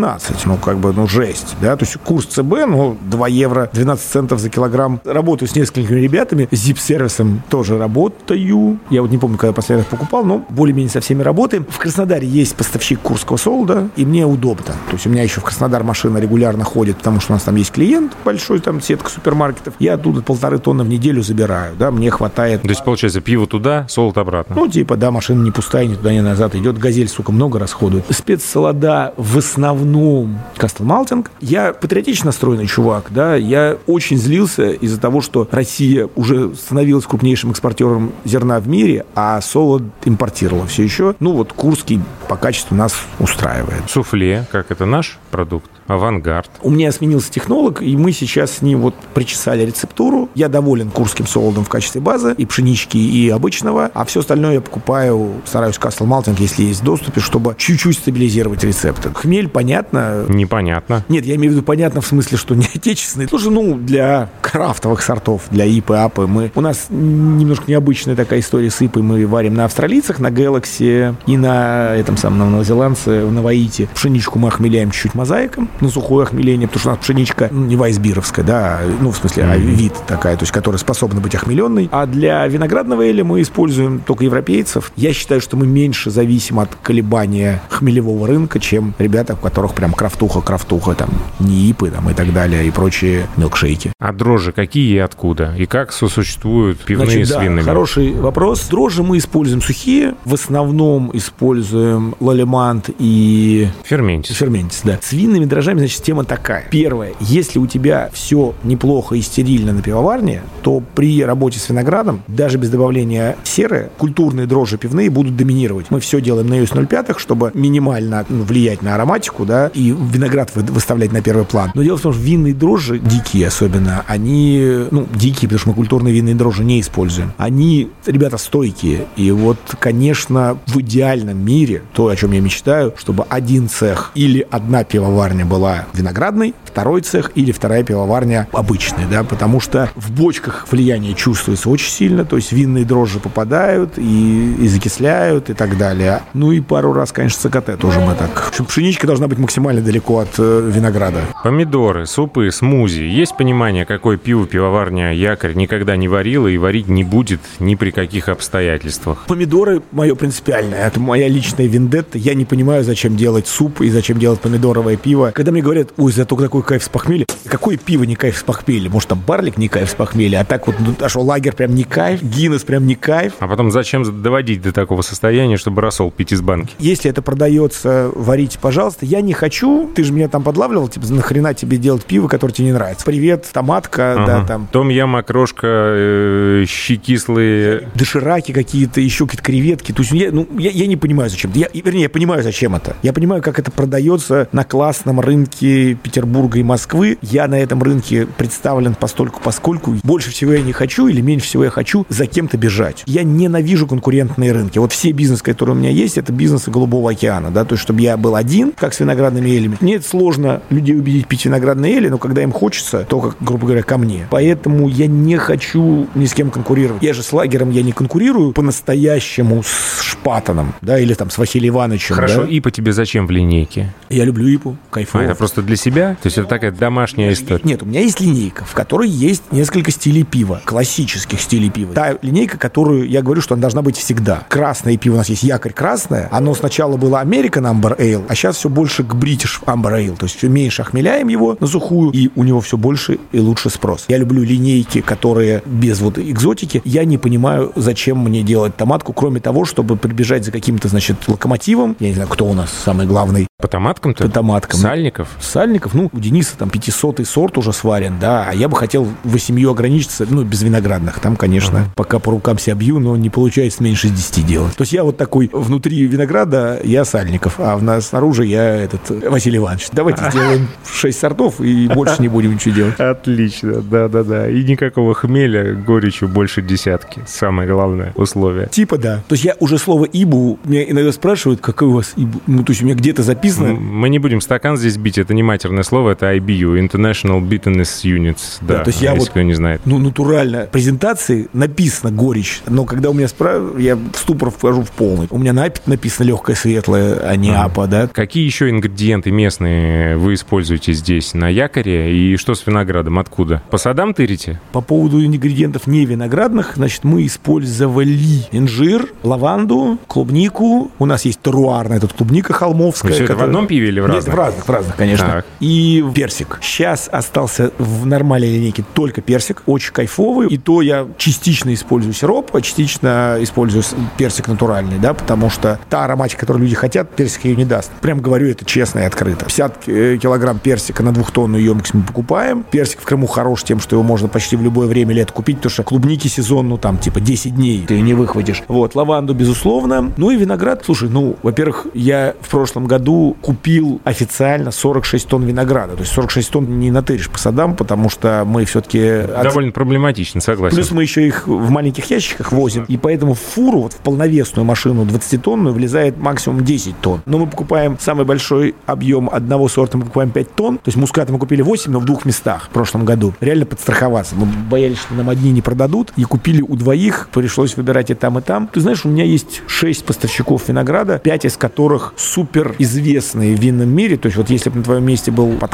2.12. Жесть, да. То есть курс ЦБ, 2 евро 12 центов за килограмм. Работаю с несколькими ребятами. С Zip-сервисом тоже работаю. Я не помню, когда последний раз покупал, но более-менее со всеми работаем. В Краснодаре есть поставщик курского солода, и мне удобно. То есть у меня еще в Краснодар машина регулярно ходит, потому что у нас там есть клиент большой, там сетка супермаркетов. Я оттуда 1,5 тонны в неделю забираю, да, мне хватает. То есть, получается, пиво туда, солод обратно? Машина не пустая, ни туда, ни назад идет. Газель, много расходует. Спецсолода в основном Castle Malting. Я патриотично настроенный чувак, да, я очень злился из-за того, что Россия уже становилась крупнейшим экспортером зерна в мире, а солод импортировала все еще. Курский по качеству нас устраивает. Суфле, как это наш продукт? Авангард. У меня сменился технолог, и мы сейчас с ним причесали рецептуру. Я доволен курским солодом в качестве базы, и пшенички, и обычного, а все остальное я покупаю, стараюсь Castle Malting, если есть в доступе, чтобы чуть-чуть стабилизировать рецепты. Хмель, понятно. Непонятно. Нет, я имею в виду понятно в смысле, что не отечественный. Слушай, для крафтовых сортов, для ипы, апы, у нас немножко необычная такая история с ипой. Мы варим на австралийцах, на Galaxy и на на новозеландце, в Наваите. Пшеничку мы охмеляем чуть-чуть мозаиком, на сухое охмеление, потому что у нас пшеничка не вайсбировская, да, а вид такая, то есть, которая способна быть охмеленной. А для виноградного эля мы используем только европейцев. Я считаю, что мы меньше зависим от колебания хмелевого рынка, чем ребята, у которых прям крафтуха, там, НИИПы, там, и так далее, и прочие милкшейки. А дрожжи какие и откуда? И как сосуществуют пивные с винными? Хороший вопрос. Дрожжи мы используем сухие, в основном используем там Лалемант и... Ферментис, да. С винными дрожжами, значит, тема такая. Первое, если у тебя все неплохо и стерильно на пивоварне, то при работе с виноградом, даже без добавления серы, культурные дрожжи пивные будут доминировать. Мы все делаем на US-05, чтобы минимально влиять на ароматику, да, и виноград выставлять на первый план. Но дело в том, что винные дрожжи, дикие особенно, они, дикие, потому что мы культурные винные дрожжи не используем, они, ребята, стойкие. И вот, конечно, в идеальном мире, то, о чем я мечтаю, чтобы один цех или одна пивоварня была виноградной, второй цех или вторая пивоварня обычной, да, потому что в бочках влияние чувствуется очень сильно, то есть винные дрожжи попадают и закисляют и так далее. Ну и пару раз, конечно, ЦКТ тоже мы так. В общем, пшеничка должна быть максимально далеко от винограда. Помидоры, супы, смузи. Есть понимание, какое пиво пивоварня «Якорь» никогда не варила и варить не будет ни при каких обстоятельствах? Помидоры мое принципиальное. Это моя личная вендетта. Я не понимаю, зачем делать суп и зачем делать помидоровое пиво. Когда мне говорят, ой, зато такой кайф с похмелья. Какое пиво не кайф с похмелья? Может, там Барлик не кайф с похмелья, а так вот, а что, лагерь прям не кайф, Гиннес прям не кайф. А потом зачем доводить до такого состояния, чтобы рассол пить из банки? Если это продается, варите, пожалуйста. Я не хочу, ты же меня там подлавливал, типа, нахрена тебе делать пиво, которое тебе не нравится. Привет, томатка, да, там. Том-ям, окрошка, щи кислые. Дошираки какие-то, еще какие-то креветки. То есть я не понимаю, зачем. Я понимаю, зачем это. Я понимаю, как это продается на классном рынке Петербурга и Москвы. Я на этом рынке представлен поскольку больше всего я не хочу или меньше всего я хочу за кем-то бежать. Я ненавижу конкурентные рынки. Вот все бизнесы, которые у меня есть, это бизнесы Голубого океана, да, то есть чтобы я был один, как с виноградными элями. Мне это сложно людей убедить пить виноградные эли, но когда им хочется, то, как, грубо говоря, ко мне. Поэтому я не хочу ни с кем конкурировать. Я же с лагерем я не конкурирую по-настоящему с Шпатаном, да, или там с Василием Ивановичем. Хорошо, да? ИПА тебе зачем в линейке? Я люблю ИПу, кайфово. Это просто для себя? То есть это такая домашняя история? Нет, у меня есть линейка, в которой есть несколько стилей пива, классических стилей пива. Та линейка, которую я говорю, что она должна быть всегда. Красное пиво у нас есть «Якорь» красное. Оно сначала было American Amber Ale, а сейчас все больше к British Amber Ale. То есть все меньше охмеляем его на сухую, и у него все больше и лучше спрос. Я люблю линейки, которые без вот экзотики. Я не понимаю, зачем мне делать томатку, кроме того, чтобы прибежать за каким-то, значит, локомотивом. Я не знаю, кто у нас самый главный. По томаткам-то? По томаткам. Сальников? Сальников, у Дениса там 500-й сорт уже сварен, да, а я бы хотел 8 ограничиться, без виноградных. Там, конечно, пока по рукам себя бью, но не получается меньше 10 делать. То есть я вот такой внутри винограда, я Сальников, а снаружи я Василий Иванович. Давайте сделаем 6 сортов и больше не будем ничего делать. Отлично, да. И никакого хмеля, горечи больше десятки. Самое главное условие. Типа да. То есть я уже слово «ибу», меня иногда спрашивают, какое у вас «ибу». То есть у меня где-то записано. Мы не будем стакан здесь бить, это не матерное слово, это IBU, International Bitterness Units. Да, то есть я если кто не знает. Натурально. В презентации написано горечь, но когда у меня спрашивают, я в ступор вхожу в полный. У меня написано легкое, светлое, а не апа, да. Какие еще ингредиенты местные вы используете здесь на Якоре? И что с виноградом? Откуда? По садам тырите? По поводу ингредиентов не виноградных, значит, мы использовали инжир, лаванду, клубнику. У нас есть теруарная клубника холмовская. Все это в одном пиве или в разных? Нет, в разных, конечно. Так. И персик. Сейчас остался в нормальной линейке только персик. Очень кайфовый. И то я частично использую сироп, а частично использую персик натуральный, да, потому что та ароматика, которую люди хотят, персик ее не даст. Прям говорю это честно и открыто. 50 килограмм персика на 2-тонную емкость мы покупаем. Персик в Крыму хорош тем, что его можно почти в любое время лета купить, потому что клубники сезон, 10 дней ты не выхватишь. Вот, лаванду, безусловно. И виноград. Слушай, во-первых, я в прошлом году купил официально 46 тонн винограда. То есть 46 тонн не натыришь по садам, потому что мы все-таки... Довольно проблематично, согласен. Плюс мы еще их в маленьких ящиках возим, и поэтому в фуру, в полновесную машину 20-тонную влезает максимум 10 тонн. Но мы покупаем самый большой объем одного сорта, мы покупаем 5 тонн. То есть муската мы купили 8, но в 2 местах в прошлом году. Реально подстраховаться. Мы боялись, что нам одни не продадут, и купили у двоих. Пришлось выбирать и там, и там. Ты знаешь, у меня есть 6 поставщиков винограда, 5 из которых супер известные в винном мире. То есть вот если бы на твоем месте был подкаст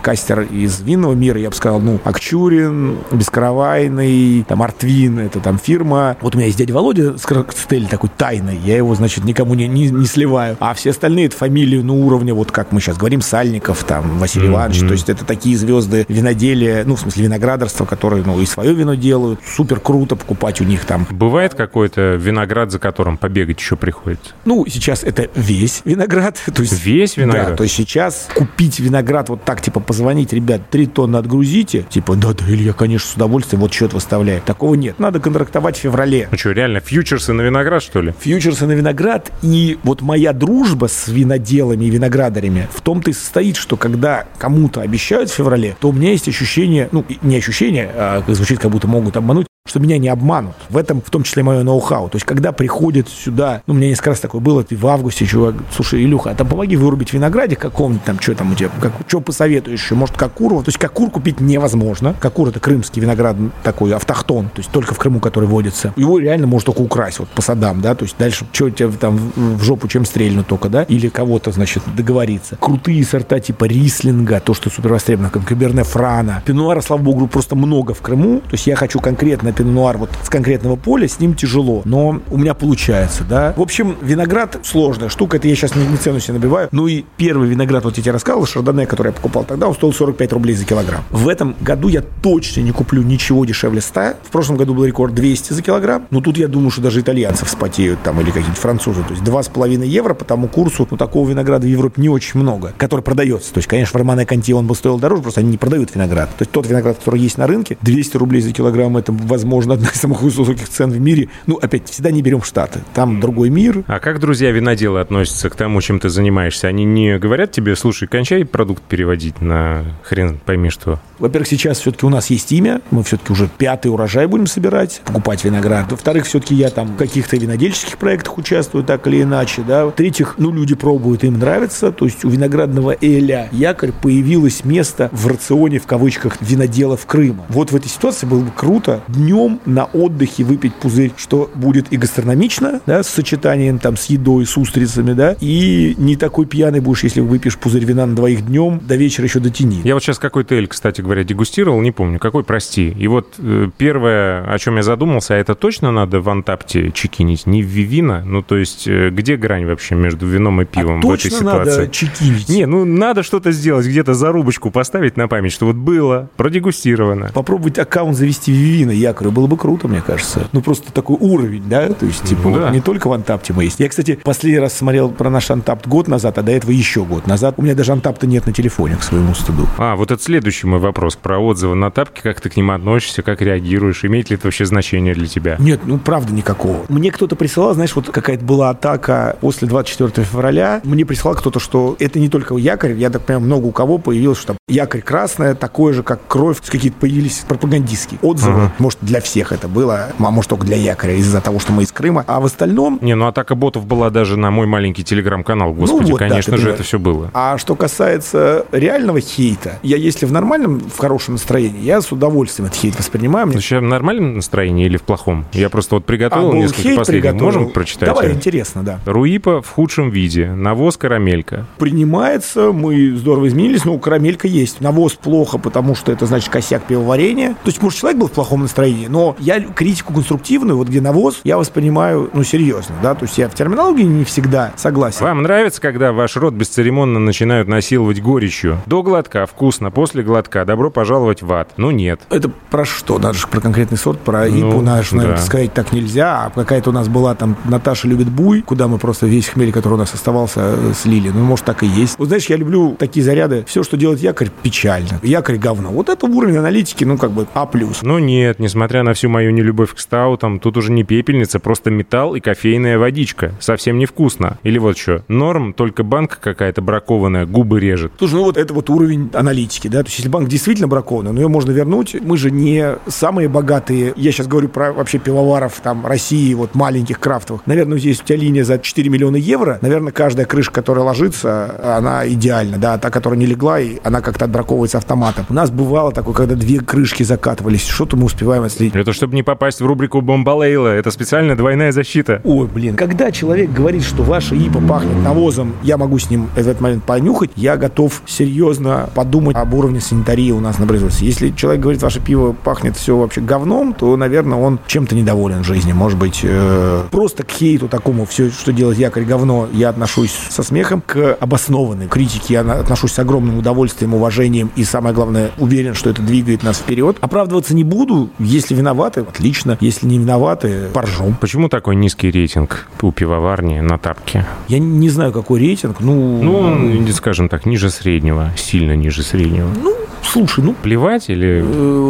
подкастер из винного мира, я бы сказал, Акчурин, Бескаравайный, там, Артвин, это там фирма. Вот у меня есть дядя Володя с Крокстель такой тайный, я его, значит, никому не сливаю. А все остальные это фамилии, уровня, вот как мы сейчас говорим, Сальников, там, Василий Иванович, то есть это такие звезды виноделия, в смысле виноградарства, которые, и свое вино делают. Супер круто покупать у них там. Бывает какой-то виноград, за которым побегать еще приходится? Сейчас это весь виноград. То есть, весь виноград? Да, то есть сейчас купить виноград вот так, позвонить, ребят, 3 тонны отгрузите, да, Илья, конечно, с удовольствием, вот счет выставляет. Такого нет. Надо контрактовать в феврале. Ну что, реально, фьючерсы на виноград, что ли? Фьючерсы на виноград. И вот моя дружба с виноделами и виноградарями в том-то и состоит, что когда кому-то обещают в феврале, то у меня есть ощущение, не ощущение, а звучит, как будто могут обмануть, что меня не обманут. В этом, в том числе, мое ноу-хау. То есть, когда приходят сюда, у меня несколько раз такое было, в августе, чувак, слушай, Илюха, а там помоги вырубить виноградик какого-нибудь там, что там у тебя, что посоветуешь еще, может, Кокурова? То есть, Кокур купить невозможно. Кокур — это крымский виноград такой, автохтон, то есть, только в Крыму, который водится. Его реально можно только украсть, вот, по садам, да, то есть, дальше, что у тебя там в жопу чем стрельнут только, да, или кого-то, значит, договориться. Крутые сорта типа Рислинга, то, что супер востребовано, как Каберне Франа. Пино-нуара, слава богу, просто много в Крыму. То есть, я хочу конкретно пино-нуар вот с конкретного поля, с ним тяжело, но у меня получается, да. В общем, виноград сложная штука, это я сейчас не цену себе набиваю. И первый виноград, вот я тебе рассказывал, шардоне, который я покупал тогда, он стоил 45 рублей за килограмм. В этом году я точно не куплю ничего дешевле 100. В прошлом году был рекорд 200 за килограмм. Но тут я думаю, что даже итальянцы вспотеют там, или какие-нибудь французы. То есть 2,5 евро по тому курсу. Такого винограда в Европе не очень много, который продается. То есть, конечно, в Романе Конти он бы стоил дороже, просто они не продают виноград. То есть тот виноград, который есть на рынке, 200 рублей за килограмм, это, возможно, одна из самых высоких цен в мире. Опять, всегда не берем Штаты. Там другой мир. А как друзья-виноделы относятся к тому, чем ты занимаешься? Они не говорят тебе, слушай, кончай продукт переводить на хрен пойми что? Во-первых, сейчас все-таки у нас есть имя. Мы все-таки уже 5-й урожай будем собирать, покупать виноград. Во-вторых, все-таки я там в каких-то винодельческих проектах участвую, так или иначе, да. В-третьих, люди пробуют, им нравится. То есть у виноградного эля «Якорь» появилось место в рационе, в кавычках, виноделов Крыма. Вот в этой ситуации было бы круто днем на отдыхе выпить пузырь, что будет и гастрономично, да, с сочетанием там с едой, с устрицами, да, и не такой пьяный будешь, если выпьешь пузырь вина на 2 днем, до вечера еще дотяни. Я вот сейчас какой-то эль, кстати говоря, дегустировал, не помню, какой, прости. И вот первое, о чем я задумался, а это точно надо в Антапте чекинить, не в Вивино? То есть, где грань вообще между вином и пивом в этой ситуации? Надо чекинить. Не, надо что-то сделать, где-то зарубочку поставить на память, что вот было, продегустировано. Попробовать аккаунт завести в Вивино, Якорь, было бы круто, мне кажется. Просто такой уровень, да, то есть, да. Не только в Антапте мы есть. Я, кстати, последний раз смотрел про наш Антапт год назад, а до этого еще год назад. У меня даже Антапта нет на телефоне, к своему стыду. Вот это следующий мой вопрос про отзывы на тапки, как ты к ним относишься, как реагируешь, имеет ли это вообще значение для тебя? Нет, правда никакого. Мне кто-то присылал, знаешь, вот какая-то была атака после 24 февраля, мне прислал кто-то, что это не только Якорь, я так понимаю, много у кого появилось, что Якорь красная, такое же, как кровь, какие-то появились пропагандистские отзывы. Может, для всех это было, а может, только для Якоря, из-за того, что мы из Крыма. А в остальном... атака ботов была даже на мой маленький телеграм-канал, господи, конечно же, это все было. А что касается реального хейта, я, если в нормальном, в хорошем настроении, я с удовольствием этот хейт воспринимаю. Сейчас в нормальном настроении или в плохом? Я просто приготовил несколько последних. Можем прочитать? Давай, интересно, да. Руипа в худшем виде. Навоз карамелька. Принимается, мы здорово изменились, карамелька есть. Навоз плохо, потому что это значит косяк пивоварения. То есть, может, человек был в плохом настроении, но я критику конструктивную, вот где навоз, я воспринимаю, серьезно, да, то есть я в терминологии не всегда согласен. Вам нравится, когда ваш рот бесцеремонно начинают насиловать горечью? До глотка вкусно, после глотка добро пожаловать в ад. Нет. Это про что? Надо же про конкретный сорт, про ипу наверное, сказать так нельзя, а какая-то у нас была там Наташа любит буй, куда мы просто весь хмель, который у нас оставался, слили. Может, так и есть. Вот знаешь, я люблю такие заряды. Все, что делает Якорь, печально. Якорь говно. Вот это уровень аналитики, А+. Нет, несмотря на всю мою нелюбовь к стаутам, тут уже не пепельница, просто металл и кофейная водичка. Совсем невкусно. Или вот что, норм, только банка какая-то бракованная, губы режет. Слушай, это уровень аналитики, да, то есть если банк действительно бракованный, но ее можно вернуть, мы же не самые богатые, я сейчас говорю про вообще пивоваров там России, маленьких крафтовых. Наверное, здесь у тебя линия за 4 миллиона евро, наверное, каждая крышка, которая ложится, она идеальна, да, та, которая не легла, и она как-то отбраковывается автоматом. У нас бывало такое, когда 2 крышки закатывались, что-то мы успеваем если... Это чтобы не попасть в рубрику Бомбалейла. Это специально двойная защита. Ой, блин, когда человек говорит, что ваша ИПА пахнет навозом, я могу с ним в этот момент понюхать, я готов серьезно подумать об уровне санитарии у нас на производстве. Если человек говорит, ваше пиво пахнет все вообще говном, то, наверное, он чем-то недоволен в жизни. Может быть, просто к хейту такому, все, что делает якорь говно, я отношусь со смехом. К обоснованной критике я отношусь с огромным удовольствием, уважением и, самое главное, уверен, что это двигает нас вперед. Оправдываться не буду. Если виноваты, отлично. Если не виноваты, поржем. Почему такой низкий рейтинг у пивоварни на Тапке? Я не знаю, какой рейтинг. Скажем так, ниже среднего. Сильно ниже среднего. Слушай, плевать или...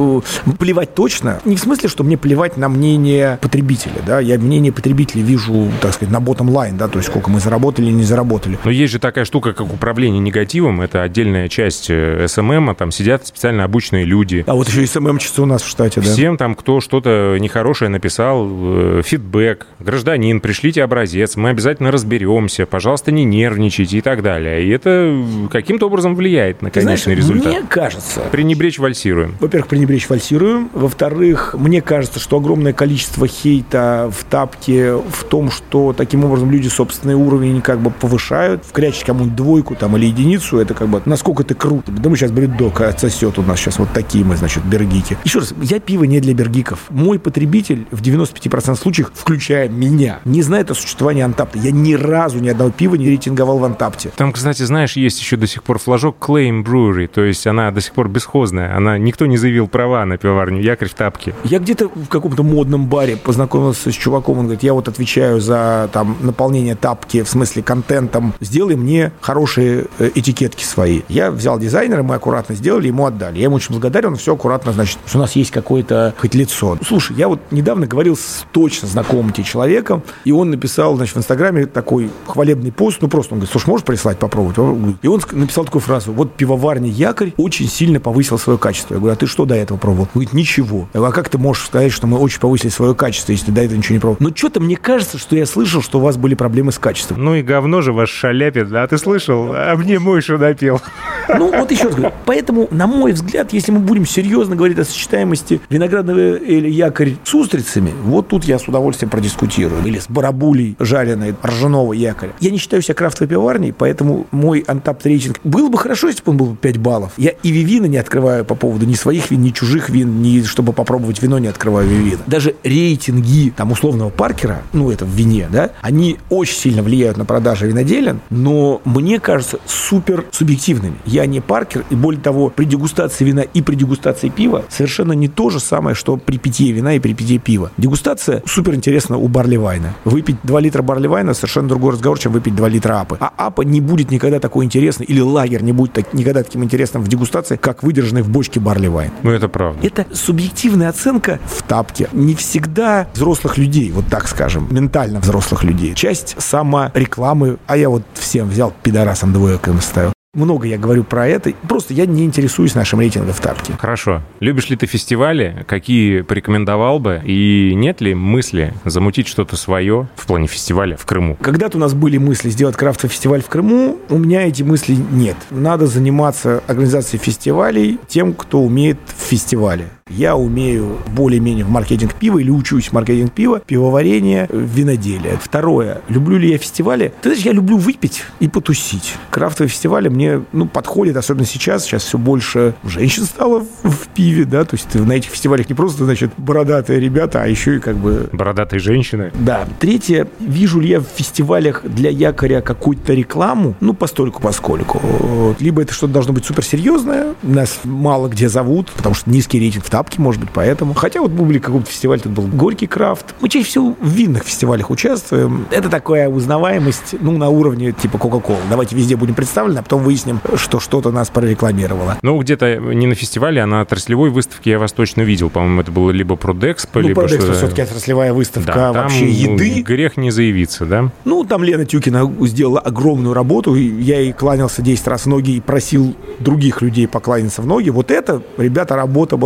Плевать точно. Не в смысле, что мне плевать на мнение потребителя, да. Я мнение потребителя вижу, так сказать, на bottom line, да, то есть сколько мы заработали или не заработали. Но есть же такая штука, как управление негативом. Это отдельная часть СММа. Там сидят специально обученные люди. А вот еще и СММщица у нас в штате, да. Всем там, кто что-то нехорошее написал, фидбэк. Гражданин, пришлите образец, мы обязательно разберемся. Пожалуйста, не нервничайте и так далее. И это каким-то образом влияет на конечный результат. Мне кажется... Пренебречь вальсируем. Во-первых, пренебречь вальсируем. Во-вторых, мне кажется, что огромное количество хейта в Тапке в том, что таким образом люди собственный уровень как бы повышают. Вкрячить кому-нибудь двойку там или единицу, это как бы насколько ты крут. Да мы сейчас бредок отсосет у нас сейчас вот такие мы, значит, бергики. Еще раз, я пиво не для бергиков. Мой потребитель в 95% случаев, включая меня, не знает о существовании Антапта. Я ни разу ни одного пива не рейтинговал в Антапте. Там, кстати, знаешь, есть еще до сих пор флажок Claim Brewery, то есть она до сих пор бесхозная. Никто не заявил права на пивоварню «Якорь» в Тапке. Я где-то в каком-то модном баре познакомился с чуваком, он говорит, я вот отвечаю за там наполнение Тапки, в смысле контентом, сделай мне хорошие этикетки свои. Я взял дизайнера, мы аккуратно сделали, ему отдали. Я ему очень благодарен, он все аккуратно, значит, что у нас есть какое-то хоть лицо. Слушай, я вот недавно говорил с точно знакомым тебе человеком, и он написал, значит, в Инстаграме такой хвалебный пост, просто он говорит, слушай, можешь прислать попробовать? И он написал такую фразу, вот пивоварня «Якорь» очень сильно повысил свое качество. Я говорю, а ты что до этого пробовал? Он говорит, ничего. Я говорю, а как ты можешь сказать, что мы очень повысили свое качество, если ты до этого ничего не пробовал? Ну, что-то мне кажется, что я слышал, что у вас были проблемы с качеством. Ну и говно же ваш шаляпит, а ты слышал? А мне мой что напел. Вот еще раз говорю. Поэтому, на мой взгляд, если мы будем серьезно говорить о сочетаемости виноградного эля «Якорь» с устрицами, вот тут я с удовольствием продискутирую. Или с барабулей жареной ржаного якоря. Я не считаю себя крафтовой пивоварней, поэтому мой Untapped рейтинг... Было бы хорошо, если бы он был 5 баллов. Я и вивина не открываю по поводу ни своих вин, ни чужих вин, ни чтобы попробовать вино не открываю вивина. Даже рейтинги там условного Паркера, это в вине, да, они очень сильно влияют на продажи виноделин, но мне кажется супер субъективными. Я не Паркер, и более того, при дегустации вина и при дегустации пива совершенно не то же самое, что при питье вина и при питье пива. Дегустация супер интересна у барли-вайна. Выпить 2 литра барли-вайна совершенно другой разговор, чем выпить 2 литра апы. А апа не будет никогда такой интересной, или лагерь не будет никогда таким интересным в дегустации, как выдержанный в бочке барли-вайн. Это правда. Это субъективная оценка в Тапке. Не всегда взрослых людей, вот так скажем, ментально взрослых людей. Часть саморекламы, а я вот всем взял пидорасом двоеком ставил. Много я говорю про это. Просто я не интересуюсь нашим рейтингом в Тапке. Хорошо. Любишь ли ты фестивали? Какие порекомендовал бы? И нет ли мысли замутить что-то свое в плане фестиваля в Крыму? Когда-то у нас были мысли сделать крафтовый фестиваль в Крыму. У меня эти мысли нет. Надо заниматься организацией фестивалей тем, кто умеет в фестивале. Я умею более-менее в маркетинг пива или учусь в маркетинг пива, пивоварение, виноделие. Второе. Люблю ли я фестивали? Ты знаешь, я люблю выпить и потусить. Крафтовые фестивали мне, подходят, особенно сейчас. Сейчас все больше женщин стало в пиве, да, то есть на этих фестивалях не просто, значит, бородатые ребята, а еще и как бы... Бородатые женщины? Да. Третье. Вижу ли я в фестивалях для якоря какую-то рекламу? Постольку-поскольку. Либо это что-то должно быть суперсерьезное, нас мало где зовут, потому что низкий рейтинг в Тапке, может быть, поэтому. Хотя вот мы были какой-то фестиваль, тут был Горький крафт. Мы чаще всего в винных фестивалях участвуем. Это такая узнаваемость, на уровне типа Кока-Колы. Давайте везде будем представлены, а потом выясним, что что-то нас прорекламировало. Где-то не на фестивале, а на отраслевой выставке я вас точно видел. По-моему, это было либо Продэкспо, либо Продэкспо что-то... все-таки отраслевая выставка, да, вообще еды. Грех не заявиться, да? Там Лена Тюкина сделала огромную работу. Я ей кланялся 10 раз в ноги и просил других людей покланяться в ноги. Вот это, ребята, работа была сделана.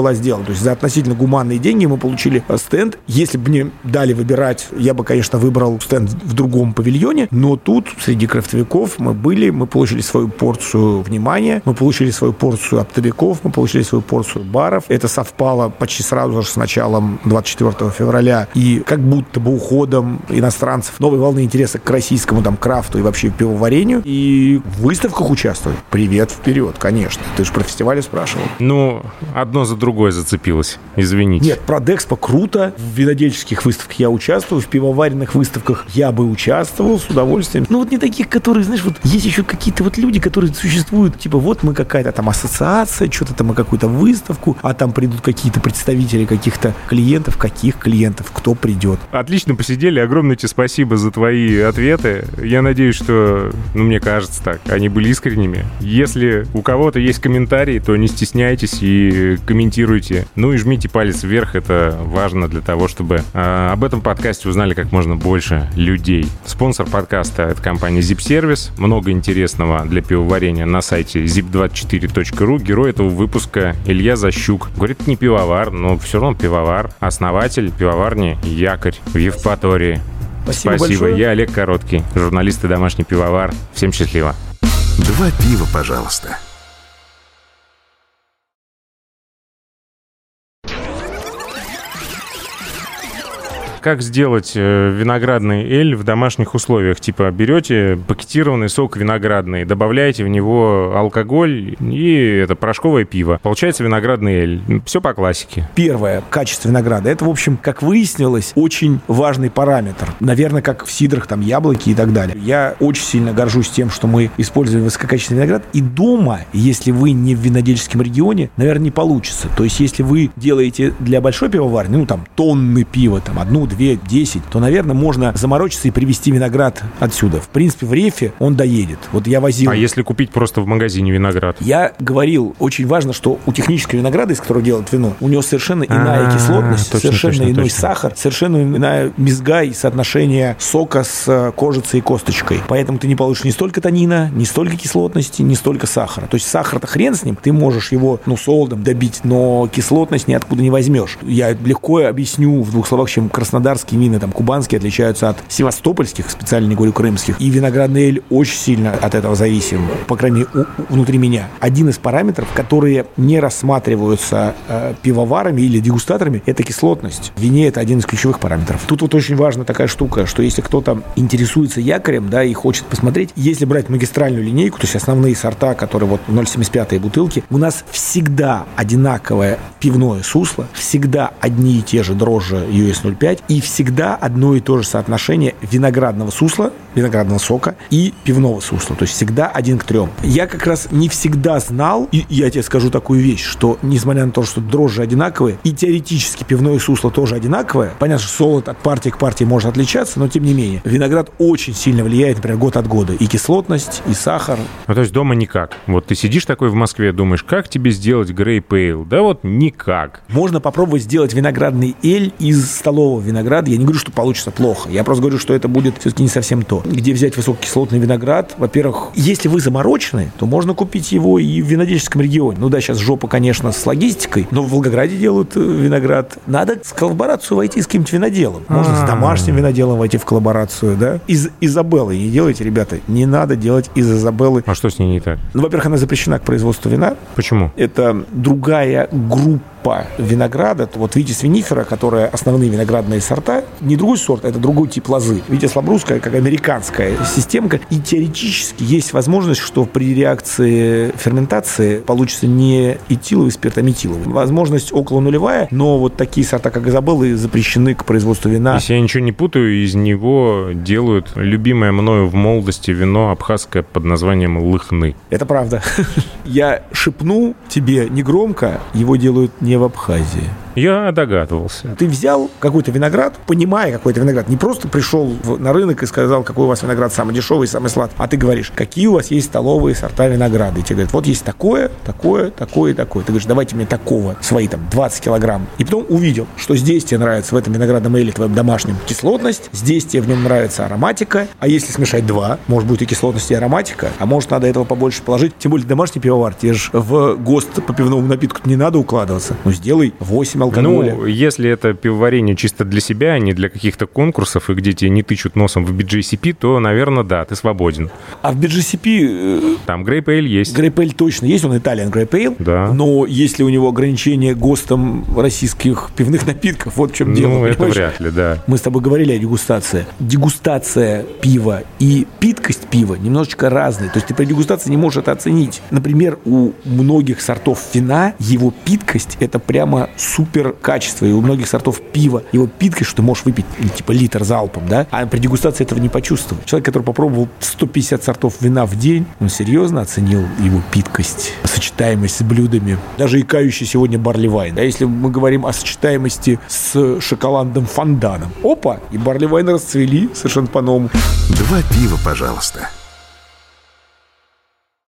То есть за относительно гуманные деньги мы получили стенд. Если бы мне дали выбирать, я бы, конечно, выбрал стенд в другом павильоне, но тут среди крафтовиков мы получили свою порцию внимания, мы получили свою порцию оптовиков, мы получили свою порцию баров. Это совпало почти сразу же с началом 24 февраля и как будто бы уходом иностранцев, новой волны интереса к российскому крафту и вообще пивоварению. И в выставках участвовать. Привет, вперед, конечно. Ты же про фестивали спрашивал. Одно за другое зацепилось. Извините. Нет, Продэкспо круто. В винодельческих выставках я участвую, в пивоваренных выставках я бы участвовал с удовольствием. Не таких, которые, знаешь, есть еще какие-то люди, которые существуют, мы какая-то ассоциация, что-то мы какую-то выставку, а там придут какие-то представители каких-то клиентов. Каких клиентов? Кто придет? Отлично посидели. Огромное тебе спасибо за твои ответы. Я надеюсь, что, мне кажется так, они были искренними. Если у кого-то есть комментарии, то не стесняйтесь и комментируйте. И жмите палец вверх. Это важно для того, чтобы об этом подкасте узнали как можно больше людей. Спонсор подкаста — это компания Zip-Service. Много интересного для пивоварения на сайте zip24.ru. Герой этого выпуска — Илья Защук. Говорит, не пивовар, но все равно пивовар. Основатель пивоварни «Якорь» в Евпатории. Спасибо большое. Я Олег Короткий, журналист и домашний пивовар. Всем счастливо. 2 пива, пожалуйста. Как сделать виноградный эль в домашних условиях? Берете пакетированный сок виноградный, добавляете в него алкоголь и это порошковое пиво. Получается виноградный эль. Все по классике. Первое, качество винограда. Это, в общем, как выяснилось, очень важный параметр. Наверное, как в сидрах, яблоки и так далее. Я очень сильно горжусь тем, что мы используем высококачественный виноград. И дома, если вы не в винодельческом регионе, наверное, не получится. То есть, если вы делаете для большой пивоварни, тонны пива, 1, 2, 10, то, наверное, можно заморочиться и привезти виноград отсюда. В принципе, в рефе он доедет. Я возил... А если купить просто в магазине виноград? Я говорил, очень важно, что у технического винограда, из которого делают вино, у него совершенно иная кислотность, совершенно иной сахар, совершенно иная мезга и соотношение сока с кожицей и косточкой. Поэтому ты не получишь ни столько танина, ни столько кислотности, ни столько сахара. То есть сахар-то хрен с ним, ты можешь его, солодом добить, но кислотность ниоткуда не возьмешь. Я легко объясню в 2 словах, чем краснодарские вина, кубанские, отличаются от севастопольских, специально не говорю крымских. И виноградный эль очень сильно от этого зависим, по крайней мере, внутри меня. Один из параметров, которые не рассматриваются пивоварами или дегустаторами, это кислотность. В вине это один из ключевых параметров. Тут очень важна такая штука, что если кто-то интересуется якорем, и хочет посмотреть, если брать магистральную линейку, то есть основные сорта, которые 0,75 бутылки, у нас всегда одинаковое пивное сусло, всегда одни и те же дрожжи US 0,5 и всегда одно и то же соотношение виноградного сусла, виноградного сока и пивного сусла. То есть всегда 1 к 3. Я как раз не всегда знал, и я тебе скажу такую вещь, что несмотря на то, что дрожжи одинаковые, и теоретически пивное сусло тоже одинаковое, понятно, что солод от партии к партии может отличаться, но тем не менее, виноград очень сильно влияет, например, год от года. И кислотность, и сахар. То есть дома никак. Ты сидишь такой в Москве, думаешь, как тебе сделать Grape Ale? Да никак. Можно попробовать сделать виноградный эль из столового винограда. Я не говорю, что получится плохо. Я просто говорю, что это будет все-таки не совсем то. Где взять высококислотный виноград? Во-первых, если вы заморочены, то можно купить его и в винодельческом регионе. Сейчас жопа, конечно, с логистикой, но в Волгограде делают виноград. Надо в коллаборацию войти с каким-то виноделом. Можно с домашним виноделом войти в коллаборацию, да? Из Изабеллы не делайте, ребята. Не надо делать из Изабеллы. А что с ней не так? Во-первых, она запрещена к производству вина. Почему? Это другая группа винограда. Видите, свинифера, которая основные виноградные сорта, не другой сорт, это другой тип лозы. Видите, лабрусская, как американская системка. И теоретически есть возможность, что при реакции ферментации получится не этиловый спирт, а метиловый. Возможность около нулевая, но такие сорта, как Изабеллы, запрещены к производству вина. Если я ничего не путаю, из него делают любимое мною в молодости вино абхазское под названием лыхны. Это правда. Я шепну тебе негромко, его делают не в Абхазии. Я догадывался. Ты взял какой-то виноград, понимая какой-то виноград, не просто пришел на рынок и сказал, какой у вас виноград самый дешевый, самый сладкий, а ты говоришь, какие у вас есть столовые сорта винограда. И тебе говорят, есть такое, такое, такое и такое. Ты говоришь, давайте мне такого, свои 20 килограмм. И потом увидел, что здесь тебе нравится в этом виноградном эле, твоем домашнем, кислотность, здесь тебе в нем нравится ароматика, а если смешать два, может быть и кислотность, и ароматика, а может надо этого побольше положить. Тем более домашний пивовар, тебе же в ГОСТ по пивному напитку не надо укладываться. Ну, сделай 8 алкоголя. Ну, если это пивоварение чисто для себя, а не для каких-то конкурсов, и где тебе не тычут носом в BJCP, то, наверное, да, ты свободен. А в BJCP... Там Grape Ale есть. Grape Ale точно есть, он Italian Grape Ale. Да. Но есть ли у него ограничение ГОСТом российских пивных напитков? Вот в чем дело. Ну, это понимаешь? вряд ли, да. Мы с тобой говорили о дегустации. Дегустация пива и питкость пива немножечко разные. То есть ты при дегустации не можешь это оценить. Например, у многих сортов вина его питкость — это прямо супер качество. И у многих сортов пива его питкость, что ты можешь выпить типа литр залпом, да? А при дегустации этого не почувствовать. Человек, который попробовал 150 сортов вина в день, он серьезно оценил его питкость, сочетаемость с блюдами. Даже икающий сегодня барли-вайн. А если мы говорим о сочетаемости с шоколадным фонданом, опа, и барли-вайны расцвели совершенно по-новому. 2 пива, пожалуйста.